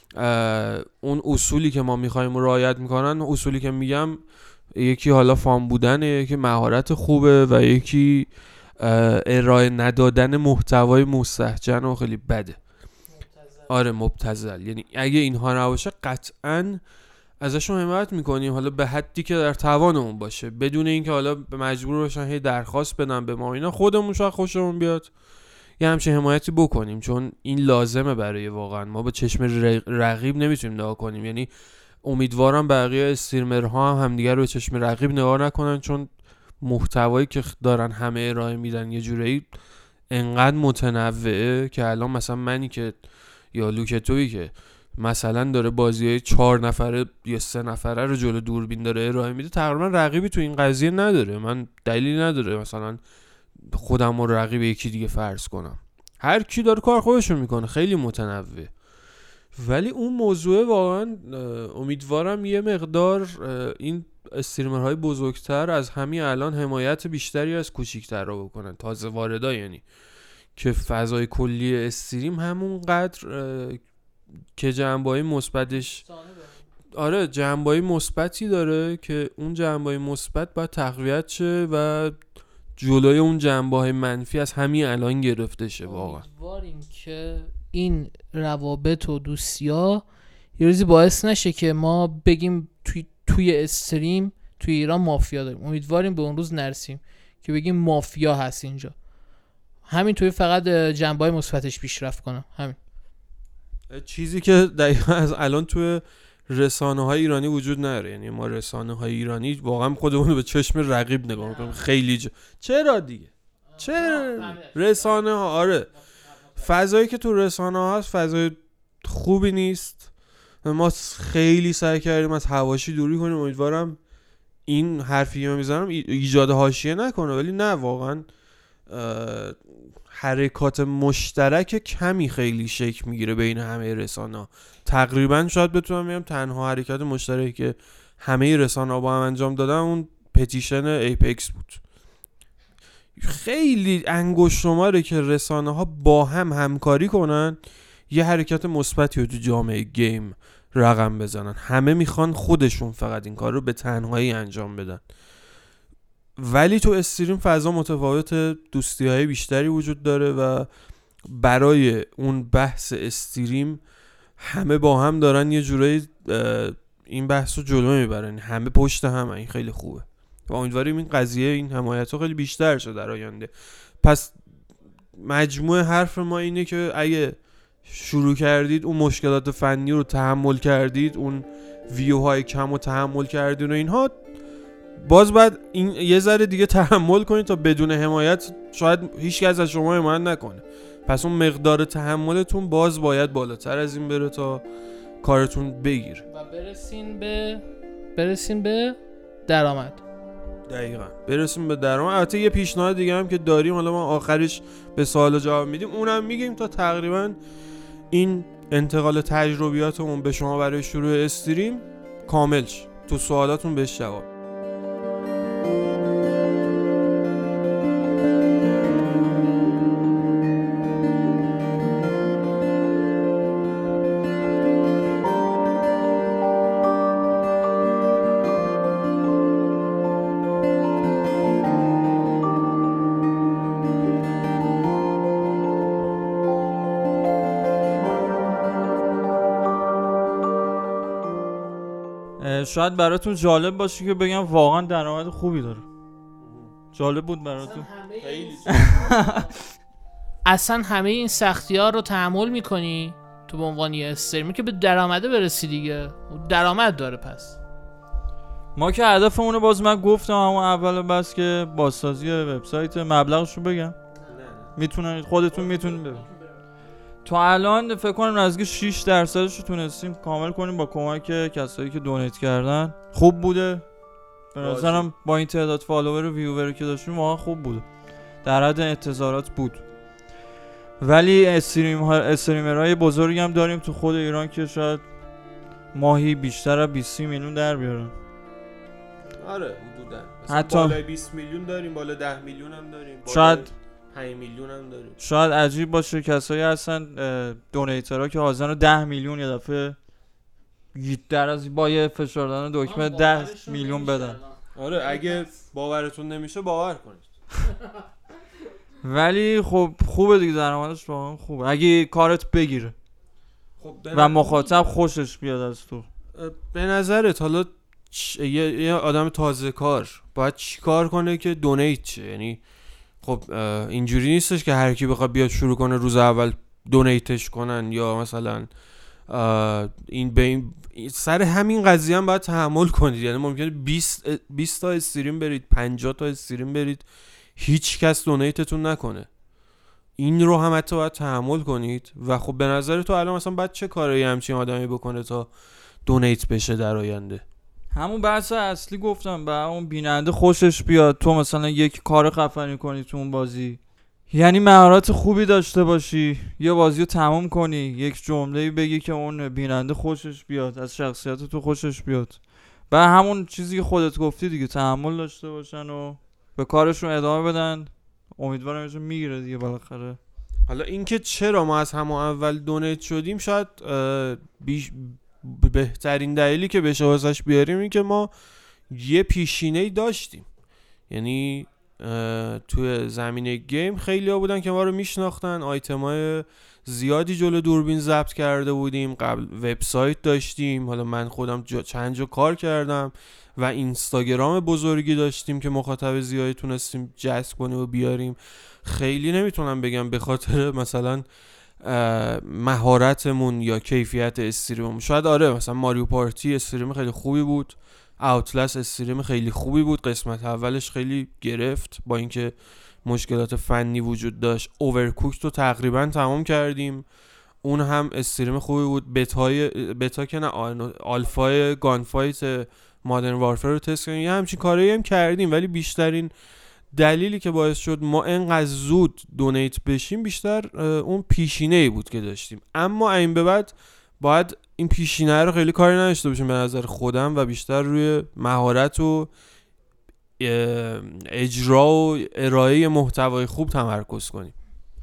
اون اصولی که ما میخوایم رعایت میکنن، اصولی که میگم یکی حالا فام بودنه، یکی مهارت خوبه و یکی ارائه ندادن محتوای مستهجن و خیلی بده. آره مبتذل. یعنی اگه اینها نباشه قطعاً ازشون حمایت میکنیم، حالا به حدی که در توانمون باشه، بدون اینکه حالا به مجبور باشن هی درخواست بدن به ما اینا، خودمون شاید خوشمون بیاد یه همچین حمایتی بکنیم، چون این لازمه برای واقعا ما با چشم رقیب نمیتونیم نگاه کنیم. یعنی امیدوارم بقیه استریمرها هم همدیگه رو به چشم رقیب نگاه نکنن، چون محتوایی که دارن همه ارائه میدن یه جورایی انقدر متنوعه که الان مثلا منی که یا لوکتویی که مثلا داره بازیای 4 نفره یا 3 نفره رو جلو دوربین داره ارائه میده، تقریبا رقیبی تو این قضیه نداره. من دلیلی نداره مثلا خودم رو رقیب یکی دیگه فرض کنم، هر کی داره کار خودشو میکنه، خیلی متنوع. ولی اون موضوع واقعا امیدوارم یه مقدار این استریمرهای بزرگتر از همین الان حمایت بیشتری از کوچیک‌تر رو بکنن، تازه واردا، یعنی که فضای کلی استریم همونقدر که جنبه‌های مثبتش آره جنبه‌های مثبتی داره که اون جنبه‌های مثبت باید تقویت شه و جلوی اون جنبه‌های منفی از همین الان گرفته شه. واقعا امیدواریم که این روابط و دوستی‌ها یه روزی باعث نشه که ما بگیم توی استریم توی ایران مافیا داریم. امیدواریم به اون روز نرسیم که بگیم مافیا هست اینجا. همین توی فقط جنبه‌های مثبتش پیشرفت کنه. همین چیزی که دقیقاً از الان توی رسانه‌های ایرانی وجود نداره. یعنی ما رسانه‌های ایرانی واقعا خودمون رو به چشم رقیب نگاه می‌کنیم. خیلی چرا دیگه؟ چرا رسانه‌ها آره فضایی که تو رسانه‌ها هست فضای خوبی نیست. ما خیلی سعی کردیم از حواشی دوری کنیم. امیدوارم این حرفی که میزنم ایجاد حاشیه نکنه، ولی نه واقعا حرکات مشترک کمی خیلی شکل میگیره بین همه رسانه‌ها. تقریبا شاید بتونم بگم تنها حرکت مشترکی که همه رسانه‌ها با هم انجام دادن اون پتیشن ایپکس بود. خیلی انگشت شماره که رسانه‌ها با هم همکاری کنن یه حرکت مثبتی رو تو جامعه گیم رقم بزنن. همه میخوان خودشون فقط این کار رو به تنهایی انجام بدن، ولی تو استریم فضا متفاوت، دوستی‌های بیشتری وجود داره و برای اون بحث استریم همه با هم دارن یه جورایی این بحث رو جلو میبرن، همه پشت هم. این خیلی خوبه و امیدواریم این قضیه، این حمایت ها خیلی بیشتر شه در آینده. پس مجموع حرف ما اینه که اگه شروع کردید اون مشکلات فنی رو تحمل کردید، اون ویوهای کم رو تحمل کردید و اینها، باز بعد این یه ذره دیگه تحمل کنید تا بدون حمایت شاید هیچ کس از شما حمایت نکنه. پس اون مقدار تحملتون باز باید بالاتر از این بره تا کارتون بگیر و برسین به درآمد. دقیقاً برسیم به درآمد. البته یه پیشنهاد دیگه هم که داریم، حالا ما آخرش به سوال جواب میدیم، اونم میگیم تا تقریبا این انتقال تجربیاتمون به شما برای شروع استریم کامل شه، تو سوالاتون بهش جواب. شاید براتون جالب باشه که بگم واقعا درآمد خوبی داره. جالب بود براتون؟ اصلا همه این سختی‌ها رو تحمل می‌کنی تو به عنوان یه استریمر که به درآمده برسی دیگه. درآمد داره. پس ما که هدفمونه، باز من گفتم همون اول بس که بازسازی وبسایت، مبلغش رو بگم میتونید خودتون میتونید ببینید. تا الان فکر کنم نزدیک 6% رو تونستیم کامل کنیم با کمک کسایی که دونیت کردن. خوب بوده به نظرم، با این تعداد فالوور و ویوور که داشتیم واقعا خوب بوده، در حد انتظارات بود. ولی استریمرهای بزرگی هم داریم تو خود ایران که شاید ماهی بیشتر از 20 میلیون در بیارن. آره حدودا حتی بالای 20 میلیون داریم، بالا 10 میلیون هم داریم، شاید 5 میلیون هم داریم. شاید عجیب باشه کسایی هستن دونیترها که حاضرن 10 میلیون یه دفعه در از با یه فشار دادن دکمه 10 میلیون بدن. آره اگه باورتون نمیشه باور کنید. ولی خب خوبه دیگه، درآمدش واقعا خوبه اگه کارت بگیره و مخاطب خوشش بیاد از تو. به نظرت حالا یه آدم تازه کار باید چی کار کنه که دونیت شه؟ یعنی خب اینجوری نیستش که هر کی بخواد بیاد شروع کنه روز اول دونیتش کنن، یا مثلا این سر همین قضیه هم باید تحمل کنید. یعنی ممکنه 20 تا استریم برید، 50 تا استریم برید، هیچ کس دونیتتون نکنه. این رو هم حتی باید تحمل کنید. و خب به نظر تو الان مثلا باید چه کاری همچین آدمی بکنه تا دونیت بشه در آینده؟ همون بحث اصلی گفتم، با اون بیننده خوشش بیاد، تو مثلا یک کار خفنی کنی تو اون بازی، یعنی مهارت خوبی داشته باشی، یه بازی رو تموم کنی، یک جمله‌ای بگی که اون بیننده خوشش بیاد، از شخصیت تو خوشش بیاد. با همون چیزی که خودت گفتی دیگه، تحمل داشته باشن و به کارشون ادامه بدن. امیدوارم اینجا میگیره دیگه بالاخره. حالا اینکه چرا ما از همون اول دونیت شدیم، شاید بهترین دلیلی که بشه واسش بیاریم این که ما یه پیشینه‌ای داشتیم. یعنی توی زمینه گیم خیلی ها بودن که ما رو میشناختن، آیتمای زیادی جلو دوربین ضبط کرده بودیم، قبل وبسایت داشتیم، حالا من خودم چند جا کار کردم و اینستاگرام بزرگی داشتیم که مخاطب زیادی تونستیم جذب کنیم و بیاریم. خیلی نمیتونم بگم به خاطر مثلا مهارتمون یا کیفیت استریممون. شاید آره مثلا ماریو پارتی استریم خیلی خوبی بود، اوتلس استریم خیلی خوبی بود، قسمت اولش خیلی گرفت با اینکه مشکلات فنی وجود داشت. اوورکوکت رو تقریبا تمام کردیم، اون هم استریم خوبی بود. بتا که نه، آلفای گانفایت مادرن وارفر رو تست کردیم، یه همچین کاری هم کردیم، ولی بیشترین دلیلی که باعث شد ما اینقدر زود دونیت بشیم بیشتر اون پیشینه‌ای بود که داشتیم. اما این به بعد باید این پیشینه رو خیلی کاری نداشته باشیم به نظر خودم و بیشتر روی مهارت و اجرا و ارائه محتوای خوب تمرکز کنیم.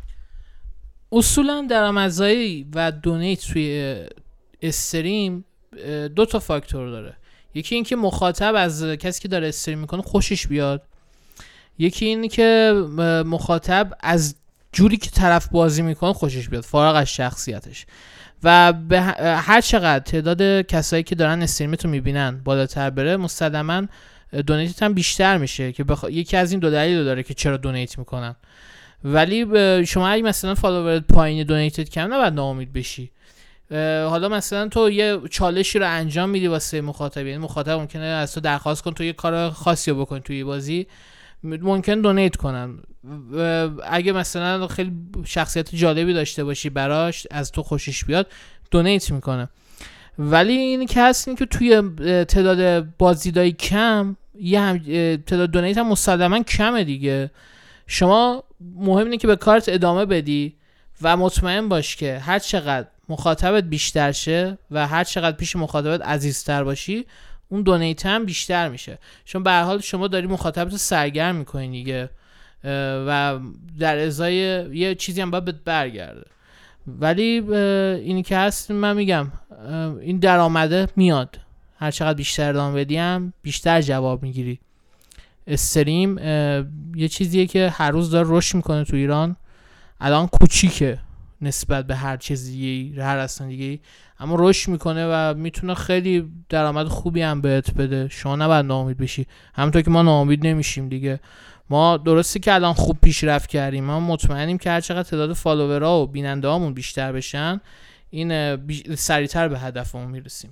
اصولا درآمدزایی و دونیت توی استریم 2 تا فاکتور داره. یکی این که مخاطب از کسی که داره استریم میکنه خوشش بیاد، یکی این که مخاطب از جوری که طرف بازی میکنه خوشش بیاد فارغ از شخصیتش. و به هر چقدر تعداد کسایی که دارن استریمتو میبینن بالاتر بره مستداماً دونیتت هم بیشتر میشه که یکی از این 2 دلیل داره که چرا دونیت میکنن. ولی شما اگه مثلا فالوورت پایین دونیتت کم نباید ناامید بشی. حالا مثلا تو یه چالشی رو انجام میدی واسه مخاطب، یعنی مخاطب ممکنه از تو درخواست کنه تو یه کار خاصی رو بکنی توی بازی، ممکن دونیت کنن. اگه مثلا خیلی شخصیت جالبی داشته باشی براش، از تو خوشش بیاد، دونیت میکنه. ولی این که هست این که توی تعداد بازدیدای کم تعداد دونیت هم مستداماً کمه دیگه. شما مهم اینه که به کارت ادامه بدی و مطمئن باش که هر چقدر مخاطبت بیشتر شه و هر چقدر پیش مخاطبت عزیزتر باشی اون دونیت هم بیشتر میشه، چون به هر حال شما داری مخاطبت رو سرگرم میکنی دیگه و در ازای یه چیزی هم باید بهت برگرده. ولی اینی که هست من میگم این درآمده میاد، هر چقدر بیشتر ادامه بدی هم بیشتر جواب میگیری. استریم یه چیزیه که هر روز داره رشد میکنه تو ایران. الان کوچیکه نسبت به هر چیزی هر اصلا دیگه، اما رشد میکنه و میتونه خیلی درآمد خوبی هم بهت بده. شما نباید ناامید بشی، همونطور که ما ناامید نمیشیم دیگه. ما درسته که الان خوب پیشرفت کردیم، ما مطمئنیم که هر چقدر تعداد فالوورها و بیننده هامون بیشتر بشن این سریعتر به هدفمون میرسیم.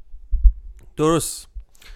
درست.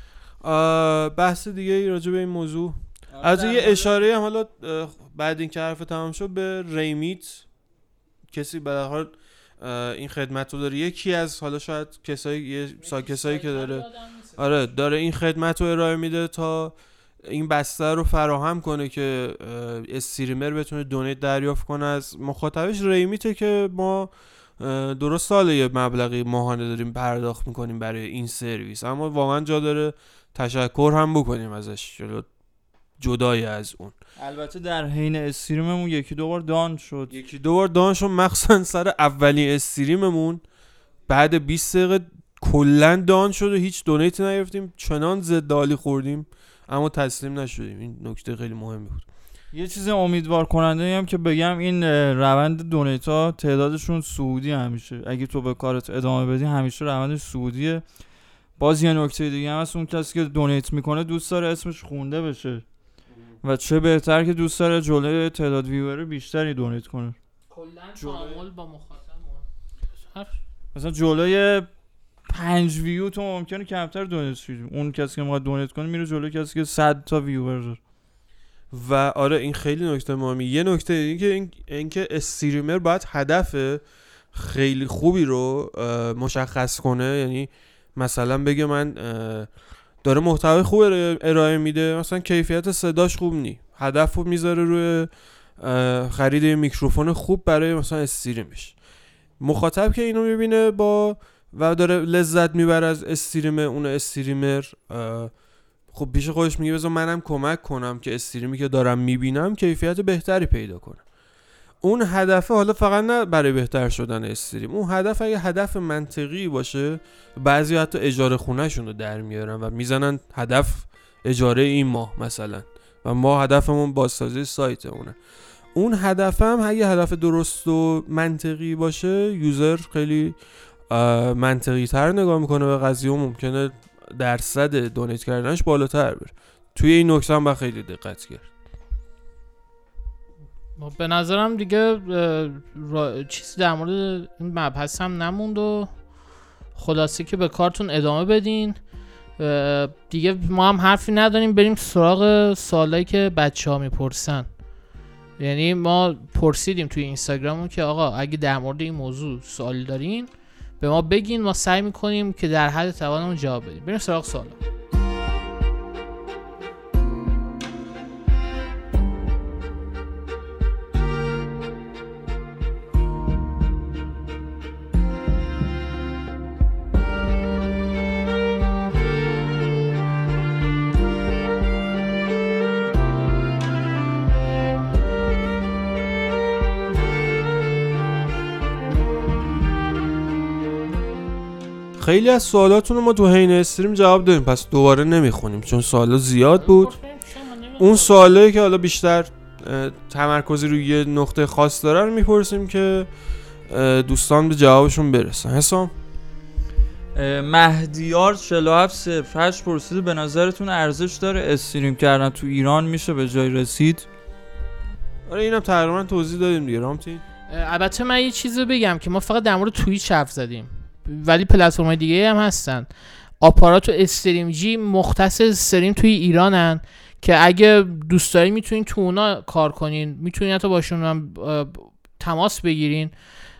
بحث دیگه ای راجع به این موضوع از یه اشاره هم حالا بعد این که حرف تمام شد به ریمیت، کسی به هر حال این خدمت رو داره، یکی از حالا شاید کسایی که داره این خدمت رو ارائه میده تا این بسته رو فراهم کنه که استریمر بتونه دونیت دریافت کنه از مخاطبش. ریمیته که ما درست ساله یه مبلغی ماهانه داریم پرداخت میکنیم برای این سرویس، اما واقعا جا داره تشکر هم بکنیم ازش جدای از اون. البته در حین استریممون یکی دو بار دان شد، مخصوصا سر اولین استریممون بعد 20 دقیقه کلا دان شد و هیچ دونیتی نگرفتیم، چنان زدالی خوردیم اما تسلیم نشدیم. این نکته خیلی مهمی بود. یه چیز امیدوار کننده هم که بگم این روند دونیت ها تعدادشون صعودی همیشه، اگه تو به کارت ادامه بدی همیشه روندش صعودیه. باز یه نکته دیگه هم هست، اون کسی که دونیت میکنه دوست داره اسمش خونده بشه و چه بهتر که دوست داره جلوی تعداد ویور بیشتری دونیت کنه. کلا تعامل با مخاطب مثلا جلوی 5 ویو تو ممکنه کمتر دونیت شی، اون کسی که میخواد دونیت کنه میره جلوی کسی که 100 تا ویور داره. و آره این خیلی نکته مهمی. یه نکته این که استریمر باید هدف خیلی خوبی رو مشخص کنه، یعنی مثلا بگه من داره محتوای خوب ارائه میده، مثلا کیفیت صداش خوب نی، هدفو میذاره روی خرید میکروفون خوب برای مثلا استریمش. مخاطب که اینو میبینه و داره لذت میبره از استریم اون استریمر، خب پیش خودش میگه بذار منم کمک کنم که استریمی که دارم میبینم کیفیت بهتری پیدا کنه. اون هدفه حالا فقط نه برای بهتر شدن استریم، اون هدف اگه هدف منطقی باشه، بعضی حتی اجاره خونه شون رو در میارن و میزنن هدف اجاره این ماه مثلا و ما هدفمون بازسازی سایتمونه. اون هدف هم اگه هدف درست و منطقی باشه، یوزر خیلی منطقی تر نگاه میکنه به قضیه و ممکنه درصد دونیت کردنش بالاتر بره. توی این نکته هم با خیلی دقت کرد. به نظرم دیگه چیزی در مورد این مبحث هم نموند و خلاصه که به کارتون ادامه بدین دیگه. ما هم حرفی نداریم، بریم سراغ سوالایی که بچه ها میپرسن. یعنی ما پرسیدیم توی اینستاگرامون که آقا اگه در مورد این موضوع سوالی دارین به ما بگین، ما سعی میکنیم که در حد توانمون جواب بدیم. بریم سراغ سوالا. خیلی از سوالاتون رو ما تو حین استریم جواب دادیم، پس دوباره نمیخونیم چون سوالا زیاد بود. اون سوالایی که حالا بیشتر تمرکزی روی یه نقطه خاص داره رو میپرسیم که دوستان به جوابشون برسن. حسام مهدیار 4708 پرسید به نظرتون ارزش داره استریم کردن تو ایران میشه به جای رسید؟ آره اینم تقریبا توضیح دادیم دیگه رامتین. البته من یه چیزی بگم که ما فقط در مورد توییچ حرف زدیم ولی پلتفرم‌های دیگه هم هستن. آپارات و استریم جی مختص استریم توی ایرانن که اگه دوست دارین میتونین تو اونا کار کنین، میتونین حتی باشون هم تماس بگیرین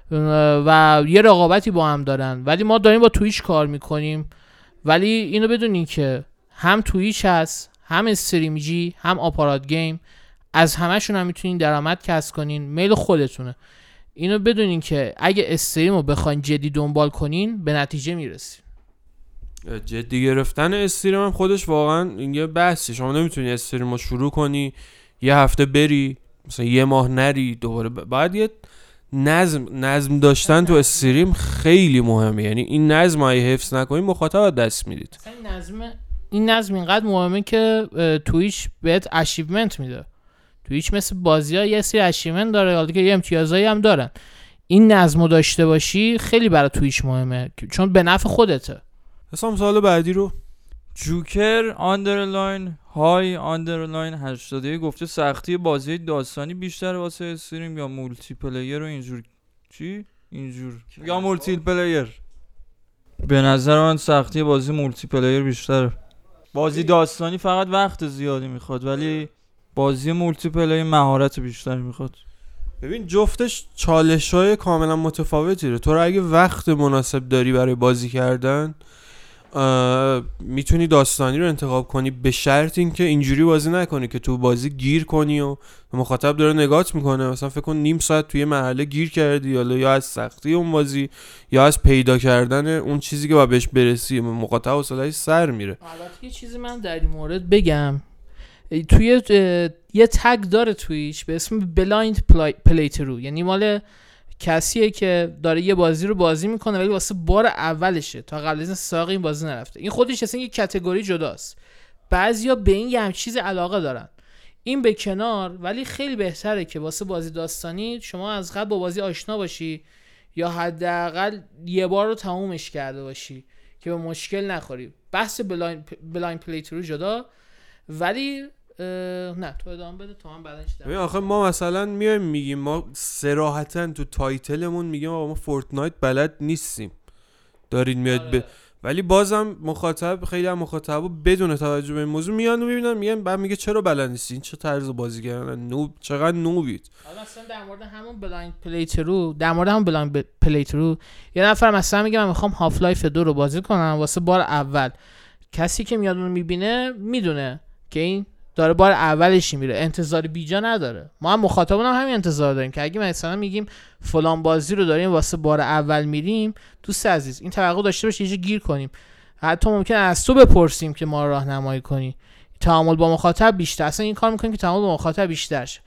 و یه رقابتی با هم دارن. ولی ما داریم با توییچ کار میکنیم. ولی اینو بدونین که هم توییچ هست، هم استریم جی، هم آپارات گیم، از همشون هم میتونین درآمد کسب کنین، میل خودتونه. اینو بدونین که اگه استریم رو بخواین جدی دنبال کنین به نتیجه میرسین. جدی گرفتن استریم هم خودش واقعا این یه بحثی. شما نمیتونی استریم رو شروع کنی یه هفته بری مثلا یه ماه نری دوباره بعد یه نظم داشتن تو استریم خیلی مهمه. یعنی این نظم اگه حفظ نکنی مخاطب دست میدید. این نظم اینقدر مهمه که توییچ بهت اچیومنت میده. توییچ مثل بازی‌ها یه سری اچیومنت داره، حالا که یه امتیازایی هم دارن. این نظمو داشته باشی خیلی برای توییچ مهمه چون به نفع خودته. حسام سوال بعدی رو جوکر آندرلاین های آندرلاین 80 گفته سختی بازی داستانی بیشتر واسه استریم یا مولتی پلیر و اینجور چی؟ اینجور یا مولتی پلیر؟ به نظر من سختی بازی مولتی پلیر بیشتره. بازی داستانی فقط وقت زیادی میخواد ولی بازی مولتی پلیر مهارت بیشتری میخواد. ببین جفتش چالش‌های کاملا متفاوتی داره. تو اگه وقت مناسب داری برای بازی کردن میتونی داستانی رو انتخاب کنی به شرط اینکه اینجوری بازی نکنی که تو بازی گیر کنی و مخاطب داره نگات میکنه. مثلا فکر کن نیم ساعت توی محله گیر کردی یا از سختی اون بازی یا از پیدا کردن اون چیزی که باید بهش برسی مخاطب حوصله‌اش سر میره. البته یه چیزی من در این مورد بگم، توی یه تگ داره توییچ به اسم بلایند پلی ترو، یعنی مال کسیه که داره یه بازی رو بازی میکنه ولی واسه بار اولشه، تا قبل از این سراغ این بازی نرفته. این خودش اصلا یه کاتگوری جداست. بعضیا به این یه همچین چیز علاقه دارن. این به کنار، ولی خیلی بهتره که واسه بازی داستانی شما از قبل با بازی آشنا باشی یا حداقل یه بار رو تمومش کرده باشی که به مشکل نخوری. بحث بلایند پلی ترو جدا، ولی نه تو ادامه بده تا من بعدن چی دارم. آخه ما مثلا میایم میگیم ما صراحتا تو تایتلمون میگیم ما فورتنایت بلد نیستیم دارید میاد ولی بازم مخاطب خیلی هم مخاطبا بدون توجه به این موضوع میان و میبینن میگن بعد میگه چرا بلد نیستی، این چه طرز بازی کردن نوب، چقدر نوبید. حالا مثلا در مورد همون بلایند پلی ترو یه نفر مثلا میگه من میخوام هاف لایف 2 رو بازی کنم واسه بار اول. کسی که میاد اون میبینه میدونه که این داره بار اولش میره، انتظار بیجا نداره. ما هم مخاطبون هم همین انتظار داریم که اگه مثلا میگیم فلان بازی رو داریم واسه بار اول میریم، دوست عزیز این توقع داشته باشه یه جا گیر کنیم. حتی ممکنه از تو بپرسیم که ما رو راهنمایی کنی. تعامل با مخاطب بیشتر، اصلا این کار میکنیم که تعامل با مخاطب بیشتر شه.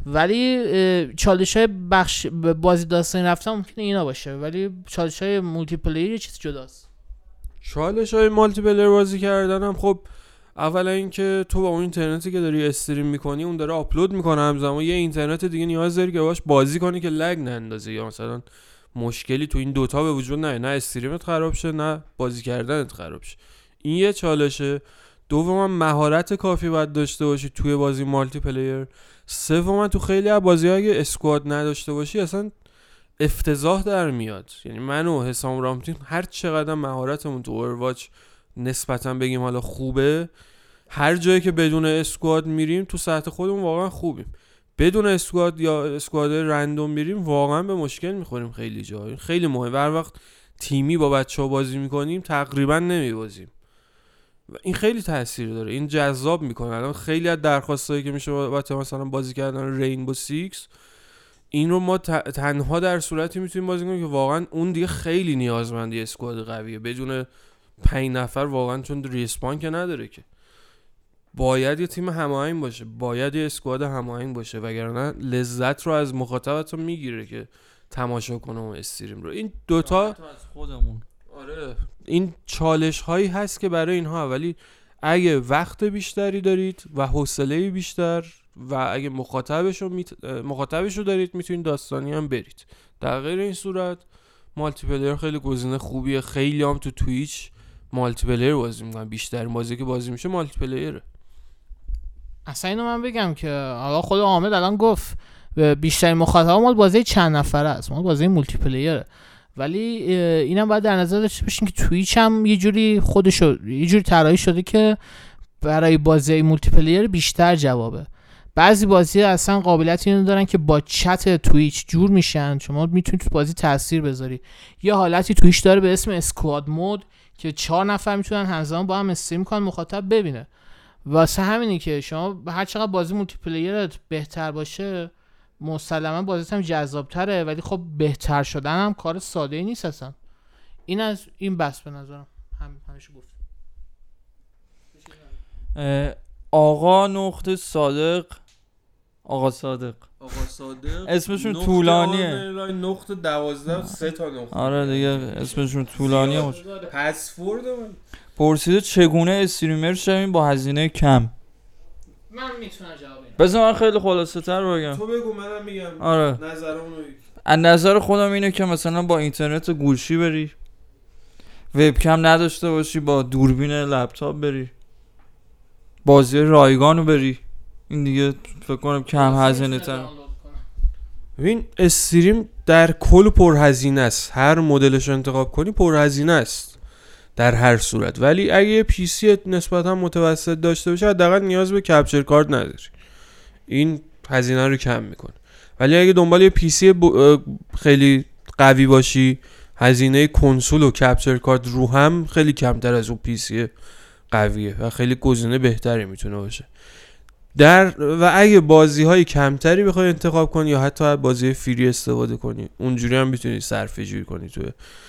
ولی چالش‌های بخش بازی داستانی رفتن ممکنه اینا باشه، ولی چالش‌های مولتی پلییر یه چیز جداست. چالش‌های مالتی پلییر بازی کردن هم خب اولا اینکه تو با اون اینترنتی که داری استریم میکنی اون داره آپلود میکنه همزمان، یه اینترنت دیگه نیاز داری که باش بازی کنی که لگ نندازه یا مثلا مشکلی تو این دوتا به وجود نه استریمت خراب شه نه بازی کردنت خراب شه. این یه چالشه. دوما مهارت کافی باید داشته باشی توی بازی مالتی پلییر. سوما تو خیلی از بازی‌ها اگه اسکواد نداشته باشی اصلا افتضاح در میاد. یعنی من و حسام رامتین هر چقدر مهارتمون تو اورواچ نسبتاً بگیم حالا خوبه، هر جایی که بدون اسکواد میریم تو سطح خودمون واقعا خوبیم. بدون اسکواد یا اسکواد رندوم میریم واقعا به مشکل میخوریم خیلی جا. خیلی مهمه. هر وقت تیمی با بچه‌ها بازی میکنیم تقریبا نمیبازیم و این خیلی تاثیر داره. این جذاب میکنه. الان خیلی از درخواستایی که میشه واسه مثلا بازی کردن رینبو 6 این رو ما تنها در صورتی میتونیم بازی کنیم که واقعا اون دیگه خیلی نیازمندی اسکواد قویه. بدون 5 نفر واقعا چون ریسپان که نداره که باید یه تیم هماهنگ باشه، باید یه اسکواد هماهنگ باشه وگرنه لذت رو از مخاطبتون میگیره که تماشا کنه و استریم رو. این دوتا از خودمون. آره این چالش هایی هست که برای اینها، ولی اگه وقت بیشتری دارید و حوصله بیشتر و اگه مخاطبشو دارید میتونید داستانی هم برید. در غیر این صورت مالتی پلیر خیلی گزینه خوبیه. خیلی هم تو تویچ مالتی پلیر بازی میکنن، بیشتر بازی که بازی میشه مالتی پلیره. اصلا اینو من بگم که حالا خود حامد الان گفت بیشتر مخاطب مال بازی چند نفره است، مال بازی مولتی پلیره، ولی اینم باید در نظر داشته باشین که تویچ هم یه جوری طراحی شده که برای بازی مولتی پلیر بیشتر جوابه. بعضی بازی اصلا قابلیت اینو دارن که با چت تویچ جور میشن، شما میتونید تو بازی تاثیر بذاری. یه حالتی تویچ داره به اسم اسکواد مود که 4 نفر میتونن همزمان با هم استریم کنن، مخاطب ببینه. واسه همینی که شما هر چقدر بازی مولتی پلیرت بهتر باشه مسلما بازیت هم جذاب‌تره، ولی خب بهتر شدن هم کار ساده‌ای نیست اصلا. این از این بس به نظرم همیشه گفت. آقا نقطه صادق اسمشون طولانیه. نقطه 12 3 تا نقطه. آره دیگه اسمشون طولانیه. پسورد پرسیده چگونه استریمر شویم با هزینه کم. من میتونم جواب بدم. بذار من خیلی خلاصه تر بگم. تو بگو منم میگم. آره. نظرمونو از نظر خودم اینه که مثلا با اینترنت گوشی بری، وبکم نداشته باشی، با دوربین لپتاپ بری، بازی رایگانو بری. این دیگه فکر کنم کم هزینه تر. ببین استریم در کل پرهزینه است، هر مدلش رو انتخاب کنی پرهزینه است در هر صورت، ولی اگه پی سی نسبتا متوسط داشته باشه حداقل نیاز به کپچر کارت نداری، این هزینه رو کم میکنه. ولی اگه دنبال یه پی سی خیلی قوی باشی، هزینه کنسول و کپچر کارت رو هم خیلی کمتر از اون پی سی قویه و خیلی گزینه بهتری میتونه باشه. و اگه بازی های کمتری بخوای انتخاب کنی یا حتی بازی فری استفاده کنی، اونجوری هم میتونی صرفه جویی کنی تو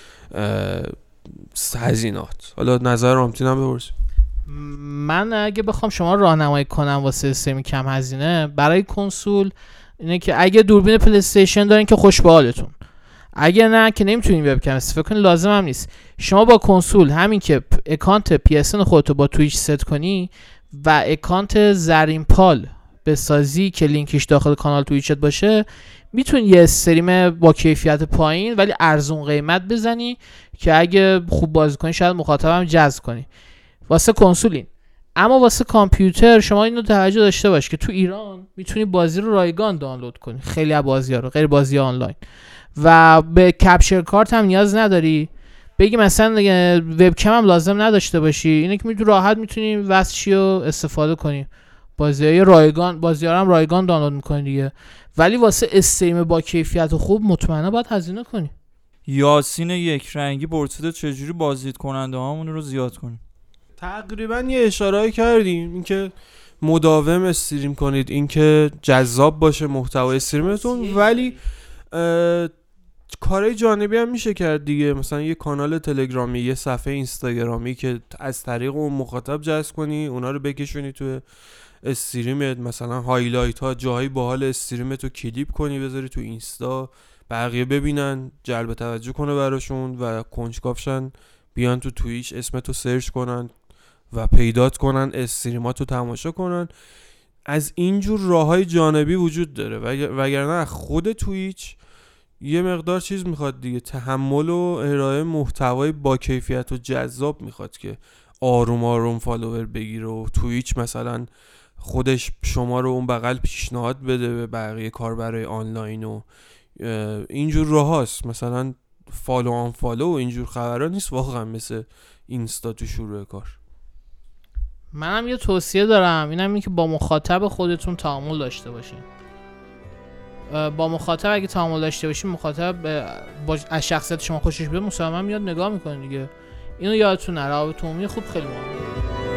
هزینات. حالا نظر رامتین هم بپرسیم. من اگه بخوام شما راهنمایی کنم واسه استریم کم هزینه برای کنسول اینه که اگه دوربین پلی استیشن دارین که خوش به حالتون، اگه نه که نمیتونین وبکم استفاده کنین لازم هم نیست. شما با کنسول همین که اکانت پی اس ان خودتو با تویچ ست کنی و اکانت زرین پال بسازی که لینکش داخل کانال تویچت باشه، میتونی یه استریم با کیفیت پایین ولی ارزون قیمت بزنی که اگه خوب بازی کنی شاید مخاطبم جذب کنی. واسه کنسولین. اما واسه کامپیوتر شما اینو توجه داشته باش که تو ایران میتونی بازی رو رایگان دانلود کنی، خیلی از بازی‌ها رو، غیر بازی آنلاین، و به کپچر کارت هم نیاز نداری. بگی مثلا وبکم هم لازم نداشته باشی، اینه که میتونی راحت میتونی وصلشی و استفاده کنی. بازی‌های هم رایگان دانلود می‌کنی دیگه. ولی واسه استریم با کیفیت خوب مطمئنا باید هزینه کنی. یاسین یک رنگی پرسیده چجوری بازدید کننده هامون رو زیاد کنیم. تقریبا یه اشاره‌ای کردیم، اینکه مداوم استریم کنید، اینکه جذاب باشه محتوای استریمتون، ولی کارهای جانبی هم میشه کرد دیگه. مثلا یه کانال تلگرامی، یه صفحه اینستاگرامی که از طریق اون مخاطب جذب کنی، اونا رو بکشونی تو استریمت، مثلا هایلایت ها، جاهای باحال استریمت رو کلیپ کنی بذاری تو اینستا، بقیه ببینن، جلب توجه کنه براشون و کنجکاوشن بیان تو تویچ اسمتو سرچ کنن و پیدات کنن، استریماتو تماشا کنن. از اینجور راههای جانبی وجود داره، وگرنه خود تویچ یه مقدار چیز میخواد دیگه، تحمل و ارائه محتوای با کیفیت و جذاب میخواد که آروم آروم فالوور بگیره و تویچ مثلا خودش شما رو اون بغل پیشنهاد بده به بقیه کاربرای آنلاین و اینجور راه هاست. مثلا فالو آن فالو و اینجور خبرها نیست واقعا مثل اینستا تو شروع کار. منم یه توصیه دارم، اینم این که با مخاطب خودتون تعامل داشته باشین. با مخاطب اگه تعامل داشته باشین، مخاطب از شخصیت شما خوشش بیاد مسلما میاد نگاه میکنه دیگه. اینو یادتون نره، روابط عمومی خوب خیلی مهمه.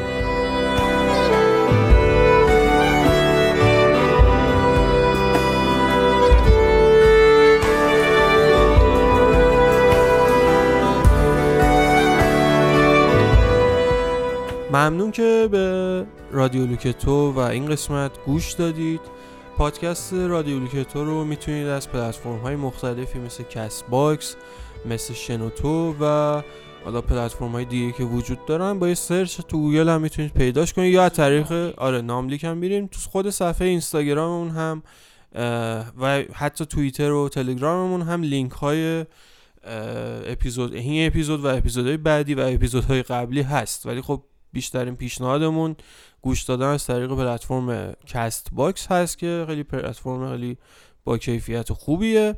ممنون که به رادیو لوکتو و این قسمت گوش دادید. پادکست رادیو لوکتو رو میتونید از پلتفرم‌های مختلفی مثل کست باکس، مثل شنوتو و حالا پلتفرم‌های دیگه که وجود دارن با یه سرچ تو گوگل هم میتونید پیداش کنید، یا از طریق ناملیک هم میریم تو خود صفحه اینستاگراممون هم و حتی توییتر و تلگراممون هم لینک های این اپیزود و اپیزودهای بعدی و اپیزودهای قبلی هست. ولی خب بیشترین پیشنهادمون گوش دادن از طریق پلتفرم کست باکس هست که خیلی پلتفرم خیلی با کیفیت و خوبیه.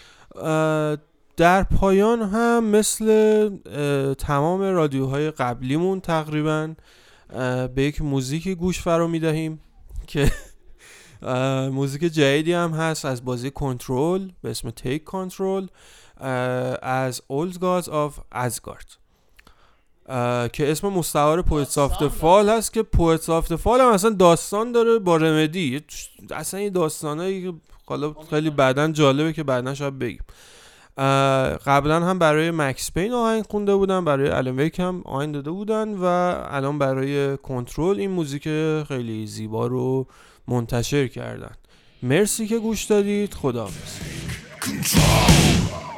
در پایان هم مثل تمام رادیوهای قبلیمون تقریبا به یک موزیک گوش فرا میدهیم که موزیک جدیدی هم هست از بازی کنترل به اسم تیک کنترل از Old Gods of Asgard که اسم مستعار Poets of the Fall هست که Poets of the Fall هم اصلا داستان داره با رمدی، اصلا این داستانایی که حالا خیلی بعدن جالبه که بعدن شاید بگیم. قبلا هم برای مکس پین آهنگ خونده بودن، برای الن ویک هم آهنگ داده بودن و الان برای کنترل این موزیک خیلی زیبا رو منتشر کردن. مرسی که گوش دادید، خداحافظ.